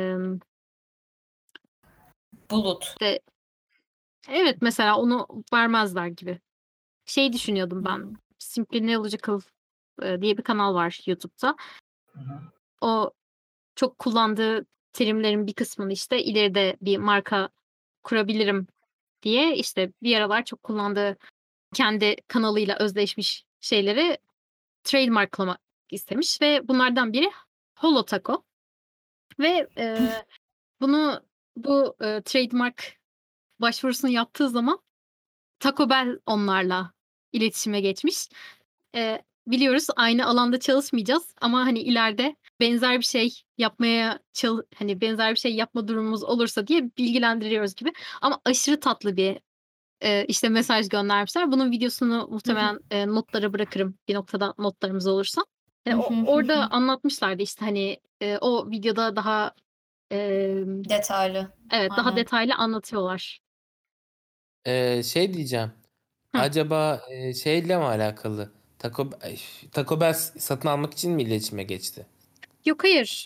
Bulut. işte evet mesela onu vermezler gibi. Şey düşünüyordum ben. Simply Neological diye bir kanal var YouTube'da. Hı hı. O çok kullandığı terimlerin bir kısmını işte ileride bir marka kurabilirim diye işte bir aralar çok kullandığı kendi kanalıyla özdeşmiş şeyleri trademarklamak istemiş ve bunlardan biri Holo Taco ve bu trademark başvurusunu yaptığı zaman Taco Bell onlarla iletişime geçmiş. Biliyoruz aynı alanda çalışmayacağız ama hani ileride benzer bir şey hani benzer bir şey yapma durumumuz olursa diye bilgilendiriyoruz gibi. Ama aşırı tatlı bir işte mesaj göndermişler. Bunun videosunu muhtemelen notlara bırakırım bir noktada notlarımız olursa. Orada anlatmışlardı işte hani o videoda daha Detaylı. evet daha Aynen. detaylı anlatıyorlar. Şey diyeceğim. Hı. Acaba şeyle mi alakalı? Taco Bell satın almak için mi iletişime geçti? Yok hayır.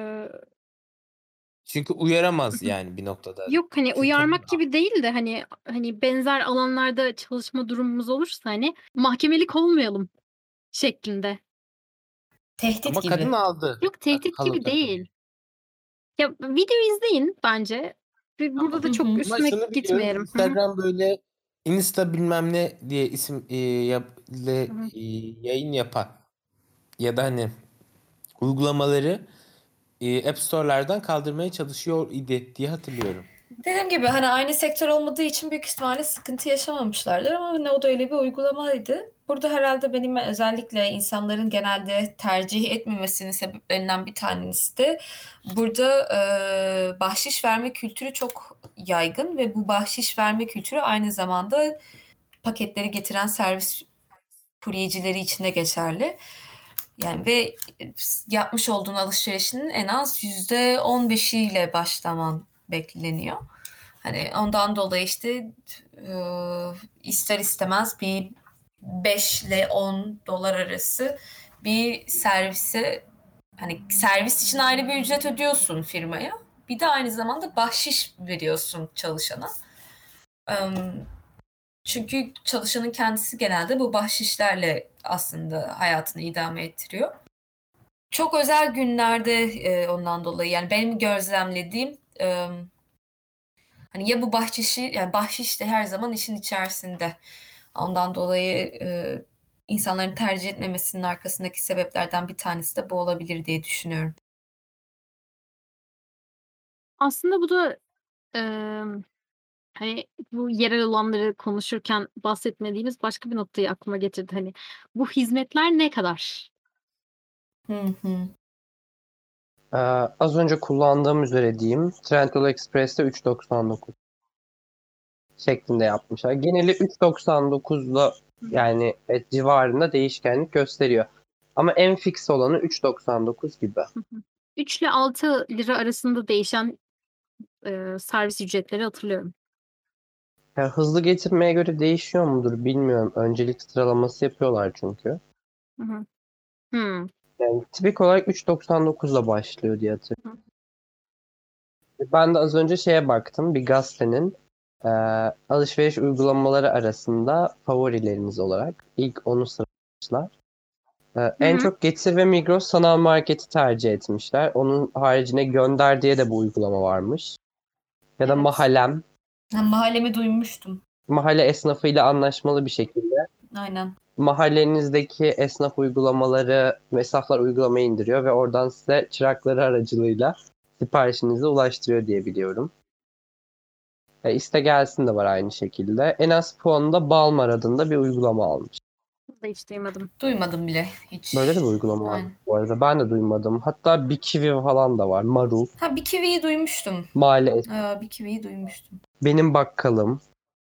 Çünkü uyaramaz yani bir noktada. Yok hani Çünkü uyarmak gibi değil de hani benzer alanlarda çalışma durumumuz olursa hani mahkemelik olmayalım şeklinde. Tehdit ama gibi. kadın aldı. Yok tehdit Halo gibi Taco'yu. değil. Ya video izleyin bence. Burada da Hı çok hı. Ama üstüne şunu biliyorum, gitmeyelim. Hı hı. Instagram böyle Insta bilmem ne diye isim Hı hı. yayın yapan ya da hani uygulamaları App Store'lardan kaldırmaya çalışıyor idi diye hatırlıyorum. Dediğim gibi hani aynı sektör olmadığı için büyük ihtimalle sıkıntı yaşamamışlardır ama hani o da öyle bir uygulamaydı. Burada herhalde benim özellikle insanların genelde tercih etmemesinin sebeplerinden bir tanesi de burada bahşiş verme kültürü çok yaygın ve bu bahşiş verme kültürü aynı zamanda paketleri getiren servis kuryecileri için de geçerli. Yani ve yapmış olduğun alışverişinin en az %15'iyle başlaman bekleniyor. Hani ondan dolayı işte ister istemez bir 5 ile 10 dolar arası bir servise, hani servis için ayrı bir ücret ödüyorsun firmaya. Bir de aynı zamanda bahşiş veriyorsun çalışana. Çünkü çalışanın kendisi genelde bu bahşişlerle aslında hayatını idame ettiriyor. Çok özel günlerde ondan dolayı yani benim gözlemlediğim hani ya bu bahşişi, yani bahşiş de her zaman işin içerisinde. Ondan dolayı insanların tercih etmemesinin arkasındaki sebeplerden bir tanesi de bu olabilir diye düşünüyorum. Aslında bu da hani bu yerel olanları konuşurken bahsetmediğimiz başka bir noktayı aklıma getirdi. Hani bu hizmetler ne kadar? Hı hı. Az önce kullandığım üzere diyeyim. Trendyol Express'te 3.99 şeklinde yapmışlar. Geneli 3.99'la yani civarında değişkenlik gösteriyor. Ama en fix olanı 3.99 gibi. 3 ile 6 lira arasında değişen servis ücretleri hatırlıyorum. Yani hızlı getirmeye göre değişiyor mudur bilmiyorum. Öncelik sıralaması yapıyorlar çünkü. Hı hı. Hımm. Yani tipik olarak 3.99'la başlıyor diye hatırlıyorum. Ben de az önce şeye baktım. Bir gazetenin e, alışveriş uygulamaları arasında favorileriniz olarak ilk onu sıralamışlar. Hı En hı. çok Getir ve Migros Sanal Market'i tercih etmişler. Onun haricinde Gönder diye de bu uygulama varmış. Ya da Evet. Mahallem. Mahallemi duymuştum. Mahalle esnafıyla anlaşmalı bir şekilde Aynen. mahallenizdeki esnaf uygulamaları, esnaflar uygulamayı indiriyor ve oradan size çırakları aracılığıyla siparişinizi ulaştırıyor diye biliyorum. İste Gelsin de var aynı şekilde. En az puanı da Balmar adında bir uygulama almış. Bunu da hiç duymadım. Duymadım bile hiç. Böyle de bir uygulama var Aynen. bu arada. Ben de duymadım. Hatta bir Kiwi falan da var. Marul, Ha, bir kiwiyi duymuştum. Mahalle, Bir kiwiyi duymuştum. Benim Bakkalım,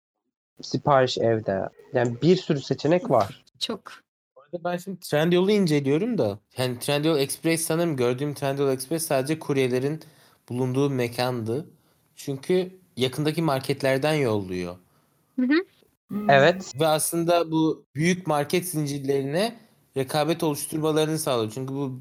Sipariş Evde. Yani bir sürü seçenek var. Çok. Bu arada ben şimdi Trendyol'u inceliyorum da yani Trendyol Express sanırım gördüğüm Trendyol Express sadece kuryelerin bulunduğu mekandı. Çünkü yakındaki marketlerden yolluyor. Hı hı. Evet. Ve aslında bu büyük market zincirlerine rekabet oluşturmalarını sağlıyor. Çünkü bu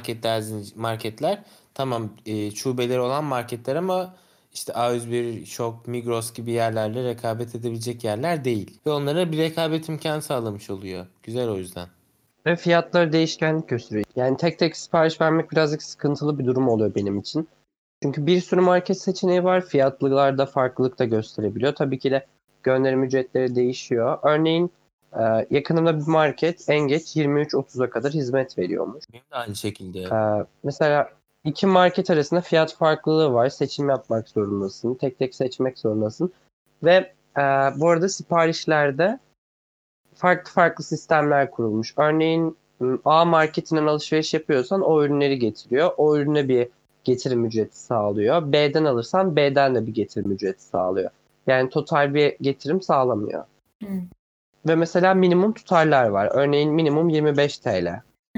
marketler tamam şubeleri olan marketler ama işte A101, Şok, Migros gibi yerlerle rekabet edebilecek yerler değil. Ve onlara bir rekabet imkanı sağlamış oluyor. Güzel o yüzden. Ve fiyatları değişkenlik gösteriyor. Yani tek tek sipariş vermek birazcık sıkıntılı bir durum oluyor benim için. Çünkü bir sürü market seçeneği var. Fiyatlılarda farklılık da gösterebiliyor. Tabii ki de gönderim ücretleri değişiyor. Örneğin yakınımda bir market en geç 23.30'a kadar hizmet veriyormuş. Benim de aynı şekilde. Mesela iki market arasında fiyat farklılığı var. Seçim yapmak zorundasın. Tek tek seçmek zorundasın. Ve bu arada siparişlerde farklı farklı sistemler kurulmuş. Örneğin A marketinden alışveriş yapıyorsan o ürünleri getiriyor. O ürüne bir getirim ücreti sağlıyor. B'den alırsan B'den de bir getirim ücreti sağlıyor. Yani total bir getirim sağlamıyor. Hmm. Ve mesela minimum tutarlar var. Örneğin minimum 25 TL.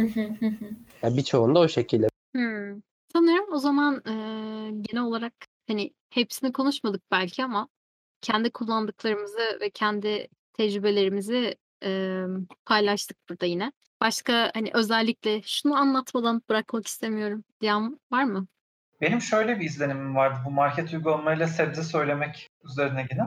Yani birçoğunda o şekilde. Hımm. Sanırım o zaman genel olarak hani hepsini konuşmadık belki ama kendi kullandıklarımızı ve kendi tecrübelerimizi paylaştık burada yine. Başka hani özellikle şunu anlatmadan bırakmak istemiyorum diyen var mı? Benim şöyle bir izlenimim vardı bu market uygulamalarıyla sebze söylemek üzerine yine.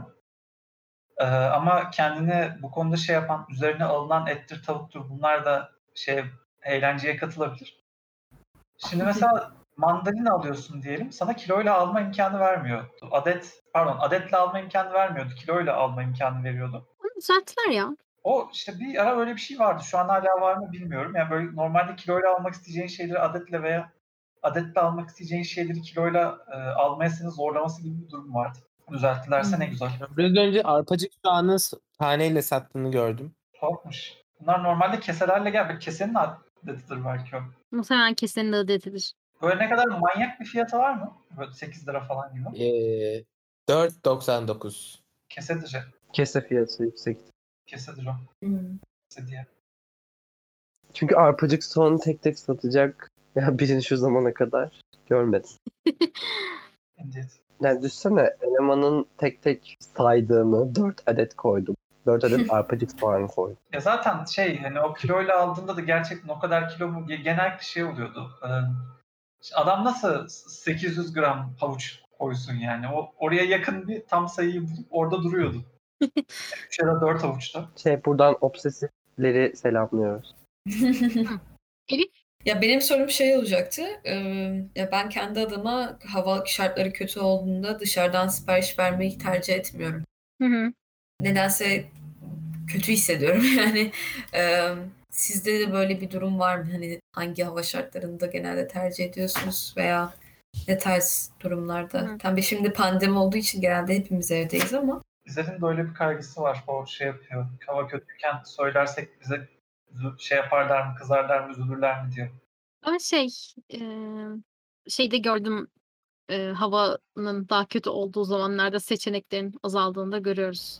Ama kendini bu konuda şey yapan, üzerine alınan ettir, tavuktur bunlar da eğlenceye katılabilir. Şimdi mesela mandalina alıyorsun diyelim. Sana kiloyla alma imkanı vermiyor. Adetle alma imkanı vermiyordu. Kiloyla alma imkanı veriyordu. Onu düzelttiler ya. O işte bir ara öyle bir şey vardı. Şu an hala var mı bilmiyorum. Yani böyle normalde kiloyla almak isteyeceğin şeyleri adetle almak isteyeceğin şeyleri kiloyla almaya seni zorlaması gibi bir durum vardı. Düzelttilerse ne güzel. Biraz önce arpacık soğanı taneyle sattığını gördüm. Tuhafmış. Bunlar normalde keselerle gel. Kesenin adetidir belki o. Muhtemelen kesenin adı edilir. Böyle ne kadar manyak bir fiyatı var mı? Böyle 8 lira falan gibi. 4.99. Kesedir. Kese fiyatı yüksek. Kesedir o. Kese diye. Çünkü arpacık soğanı tek tek satacak ya birini şu zamana kadar görmedim. Indeed. Yani düşünsene elemanın tek tek saydığını 4 adet koydum. 4 adet arpacık soğan koydum. Ya zaten hani o kiloyla aldığında da gerçekten o kadar kilo mu genel bir şey oluyordu. Adam nasıl 800 gram havuç koysun yani? Oraya yakın bir tam sayıyı bulup orada duruyordu. 3 ya da 4 havuçta. Buradan obsesifleri selamlıyoruz. Elif? Ya benim sorum şey olacaktı. Ya ben kendi adıma hava şartları kötü olduğunda dışarıdan sipariş vermeyi tercih etmiyorum. Hı. Nedense kötü hissediyorum yani. Sizde de böyle bir durum var mı? Hani hangi hava şartlarında genelde tercih ediyorsunuz veya ne tarz durumlarda? Tabii şimdi pandemi olduğu için genelde hepimiz evdeyiz ama. Bizlerin de öyle bir kaygısı var. O şey yapıyor. Hava kötüyken söylersek bize şey yaparlar mı, kızarlar mı, üzülürler mi diyor. Ama şeyde gördüm, havanın daha kötü olduğu zamanlarda seçeneklerin azaldığını da görüyoruz.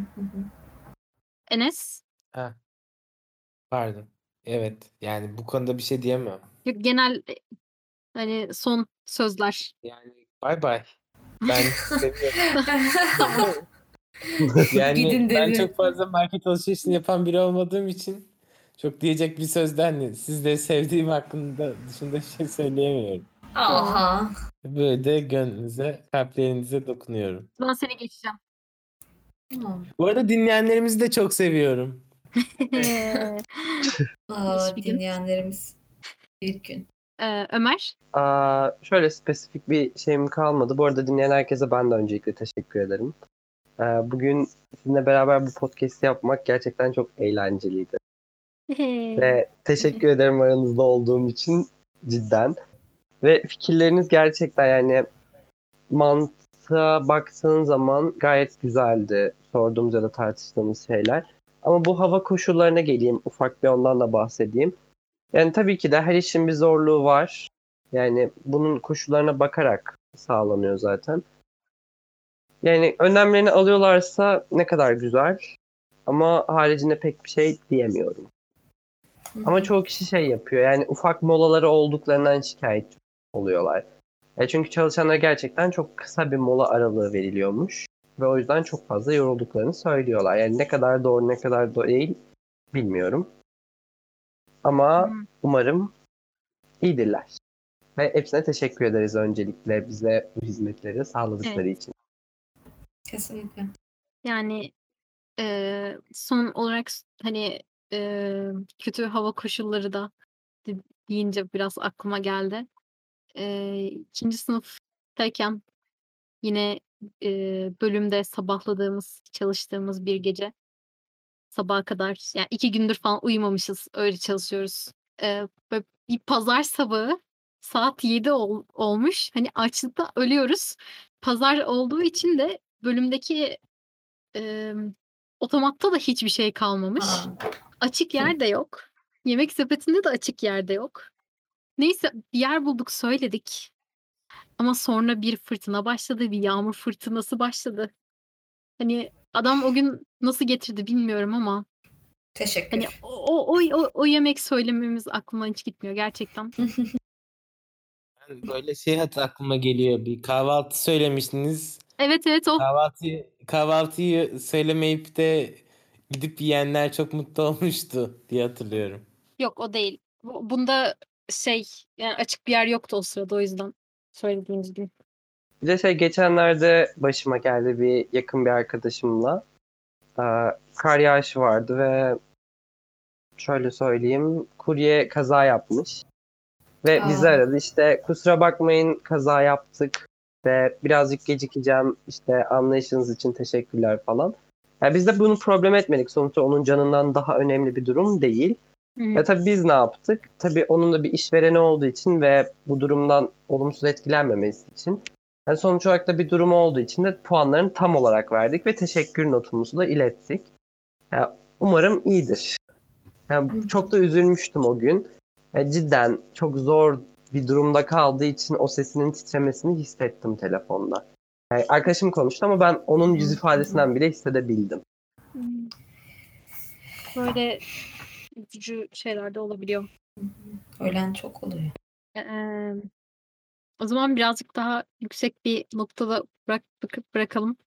Enes? Pardon. Evet. Yani bu konuda bir şey diyemem. Yok, genel hani son sözler. Yani bay bay. Ben seviyorum. Tamam. Yani Gidin ben dedi. çok fazla market alışverişini yapan biri olmadığım için çok diyecek bir sözden sizleri sevdiğim hakkında dışında bir şey söyleyemiyorum. Aha. Böyle de gönlünüze, kalplerinize dokunuyorum. Ben seni geçeceğim. Bu arada dinleyenlerimizi de çok seviyorum. Aa, Bir gün. dinleyenlerimiz bir gün. Ömer? Şöyle spesifik bir şeyim kalmadı. Bu arada dinleyen herkese ben de öncelikle teşekkür ederim. Bugün sizinle beraber bu podcast'i yapmak gerçekten çok eğlenceliydi. Ve teşekkür ederim aranızda olduğum için cidden. Ve fikirleriniz gerçekten yani mantığa baktığın zaman gayet güzeldi. Sorduğumuz ya da tartıştığımız şeyler. Ama bu hava koşullarına geleyim. Ufak bir ondan da bahsedeyim. Yani tabii ki de her işin bir zorluğu var. Yani bunun koşullarına bakarak sağlanıyor zaten. Yani önlemlerini alıyorlarsa ne kadar güzel. Ama haricinde pek bir şey diyemiyorum. Ama çoğu kişi şey yapıyor. Yani ufak molaları olduklarından şikayetçi oluyorlar. Çünkü çalışanlara gerçekten çok kısa bir mola aralığı veriliyormuş. Ve o yüzden çok fazla yorulduklarını söylüyorlar. Yani ne kadar doğru ne kadar doğru değil bilmiyorum. Ama umarım iyidirler. Ve hepsine teşekkür ederiz öncelikle bize bu hizmetleri sağladıkları için. Kesinlikle. Yani son olarak hani kötü hava koşulları da deyince biraz aklıma geldi. 2. sınıftayken yine bölümde sabahladığımız, çalıştığımız bir gece sabaha kadar, yani 2 gündür falan uyumamışız. Öyle çalışıyoruz. Böyle bir pazar sabahı saat 7 olmuş. Hani açlıktan ölüyoruz. Pazar olduğu için de bölümdeki otomatta da hiçbir şey kalmamış. Açık yer de yok. Yemek sepetinde de açık yer de yok. Neyse bir yer bulduk, söyledik. Ama sonra bir fırtına başladı. Bir yağmur fırtınası başladı. Hani adam o gün nasıl getirdi bilmiyorum ama Teşekkür. hani o yemek söylememiz aklıma hiç gitmiyor gerçekten. Ben böyle şey aklıma geliyor. Bir kahvaltı söylemiştiniz. Evet o. Kahvaltıyı söylemeyip de gidip yiyenler çok mutlu olmuştu diye hatırlıyorum. Yok, o değil. Bunda yani açık bir yer yoktu o sırada, o yüzden söylediğiniz gibi. Bir de geçenlerde başıma geldi bir yakın bir arkadaşımla. Kar yağışı vardı ve şöyle söyleyeyim, kurye kaza yapmış. Ve bizi Aa. aradı. İşte kusura bakmayın kaza yaptık ve birazcık gecikeceğim. İşte anlayışınız için teşekkürler falan. Yani biz de bunu problem etmedik. Sonuçta onun canından daha önemli bir durum değil. Hı. Ve tabii biz ne yaptık? Tabii onun da bir işvereni olduğu için ve bu durumdan olumsuz etkilenmemesi için. Yani sonuç olarak da bir durum olduğu için de puanlarını tam olarak verdik ve teşekkür notumuzu da ilettik. Yani umarım iyidir. Yani çok da üzülmüştüm o gün. Cidden çok zor bir durumda kaldığı için o sesinin titremesini hissettim telefonda. Yani arkadaşım konuştu ama ben onun yüz ifadesinden bile hissedebildim. Böyle üzücü şeyler de olabiliyor. Ölen çok oluyor. O zaman birazcık daha yüksek bir noktada bırakalım.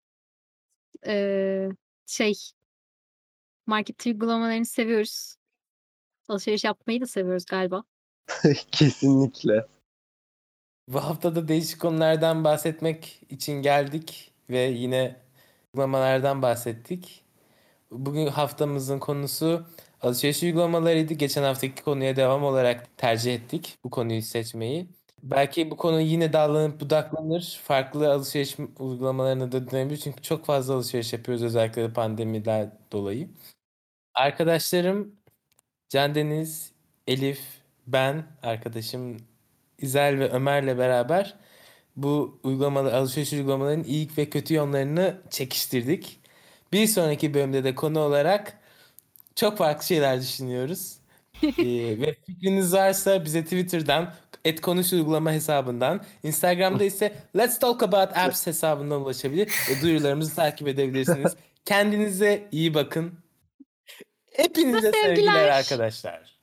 Market uygulamalarını seviyoruz. Alışveriş yapmayı da seviyoruz galiba. Kesinlikle. Bu hafta da değişik konulardan bahsetmek için geldik ve yine uygulamalardan bahsettik. Bugün haftamızın konusu alışveriş uygulamalarıydı. Geçen haftaki konuya devam olarak tercih ettik bu konuyu seçmeyi. Belki bu konu yine dallanıp budaklanır. Farklı alışveriş uygulamalarına da dönebilir. Çünkü çok fazla alışveriş yapıyoruz özellikle de pandemiden dolayı. Arkadaşlarım Can Deniz, Elif, ben, arkadaşım İzel ve Ömer'le beraber bu alışveriş uygulamalarının iyi ve kötü yönlerini çekiştirdik. Bir sonraki bölümde de konu olarak çok farklı şeyler düşünüyoruz. Ve fikriniz varsa bize Twitter'dan @konuşuygulama hesabından, Instagram'da ise Let's Talk About Apps hesabından ulaşabilir ve duyurularımızı takip edebilirsiniz. Kendinize iyi bakın. Hepinize sevgiler Sevgiler. arkadaşlar.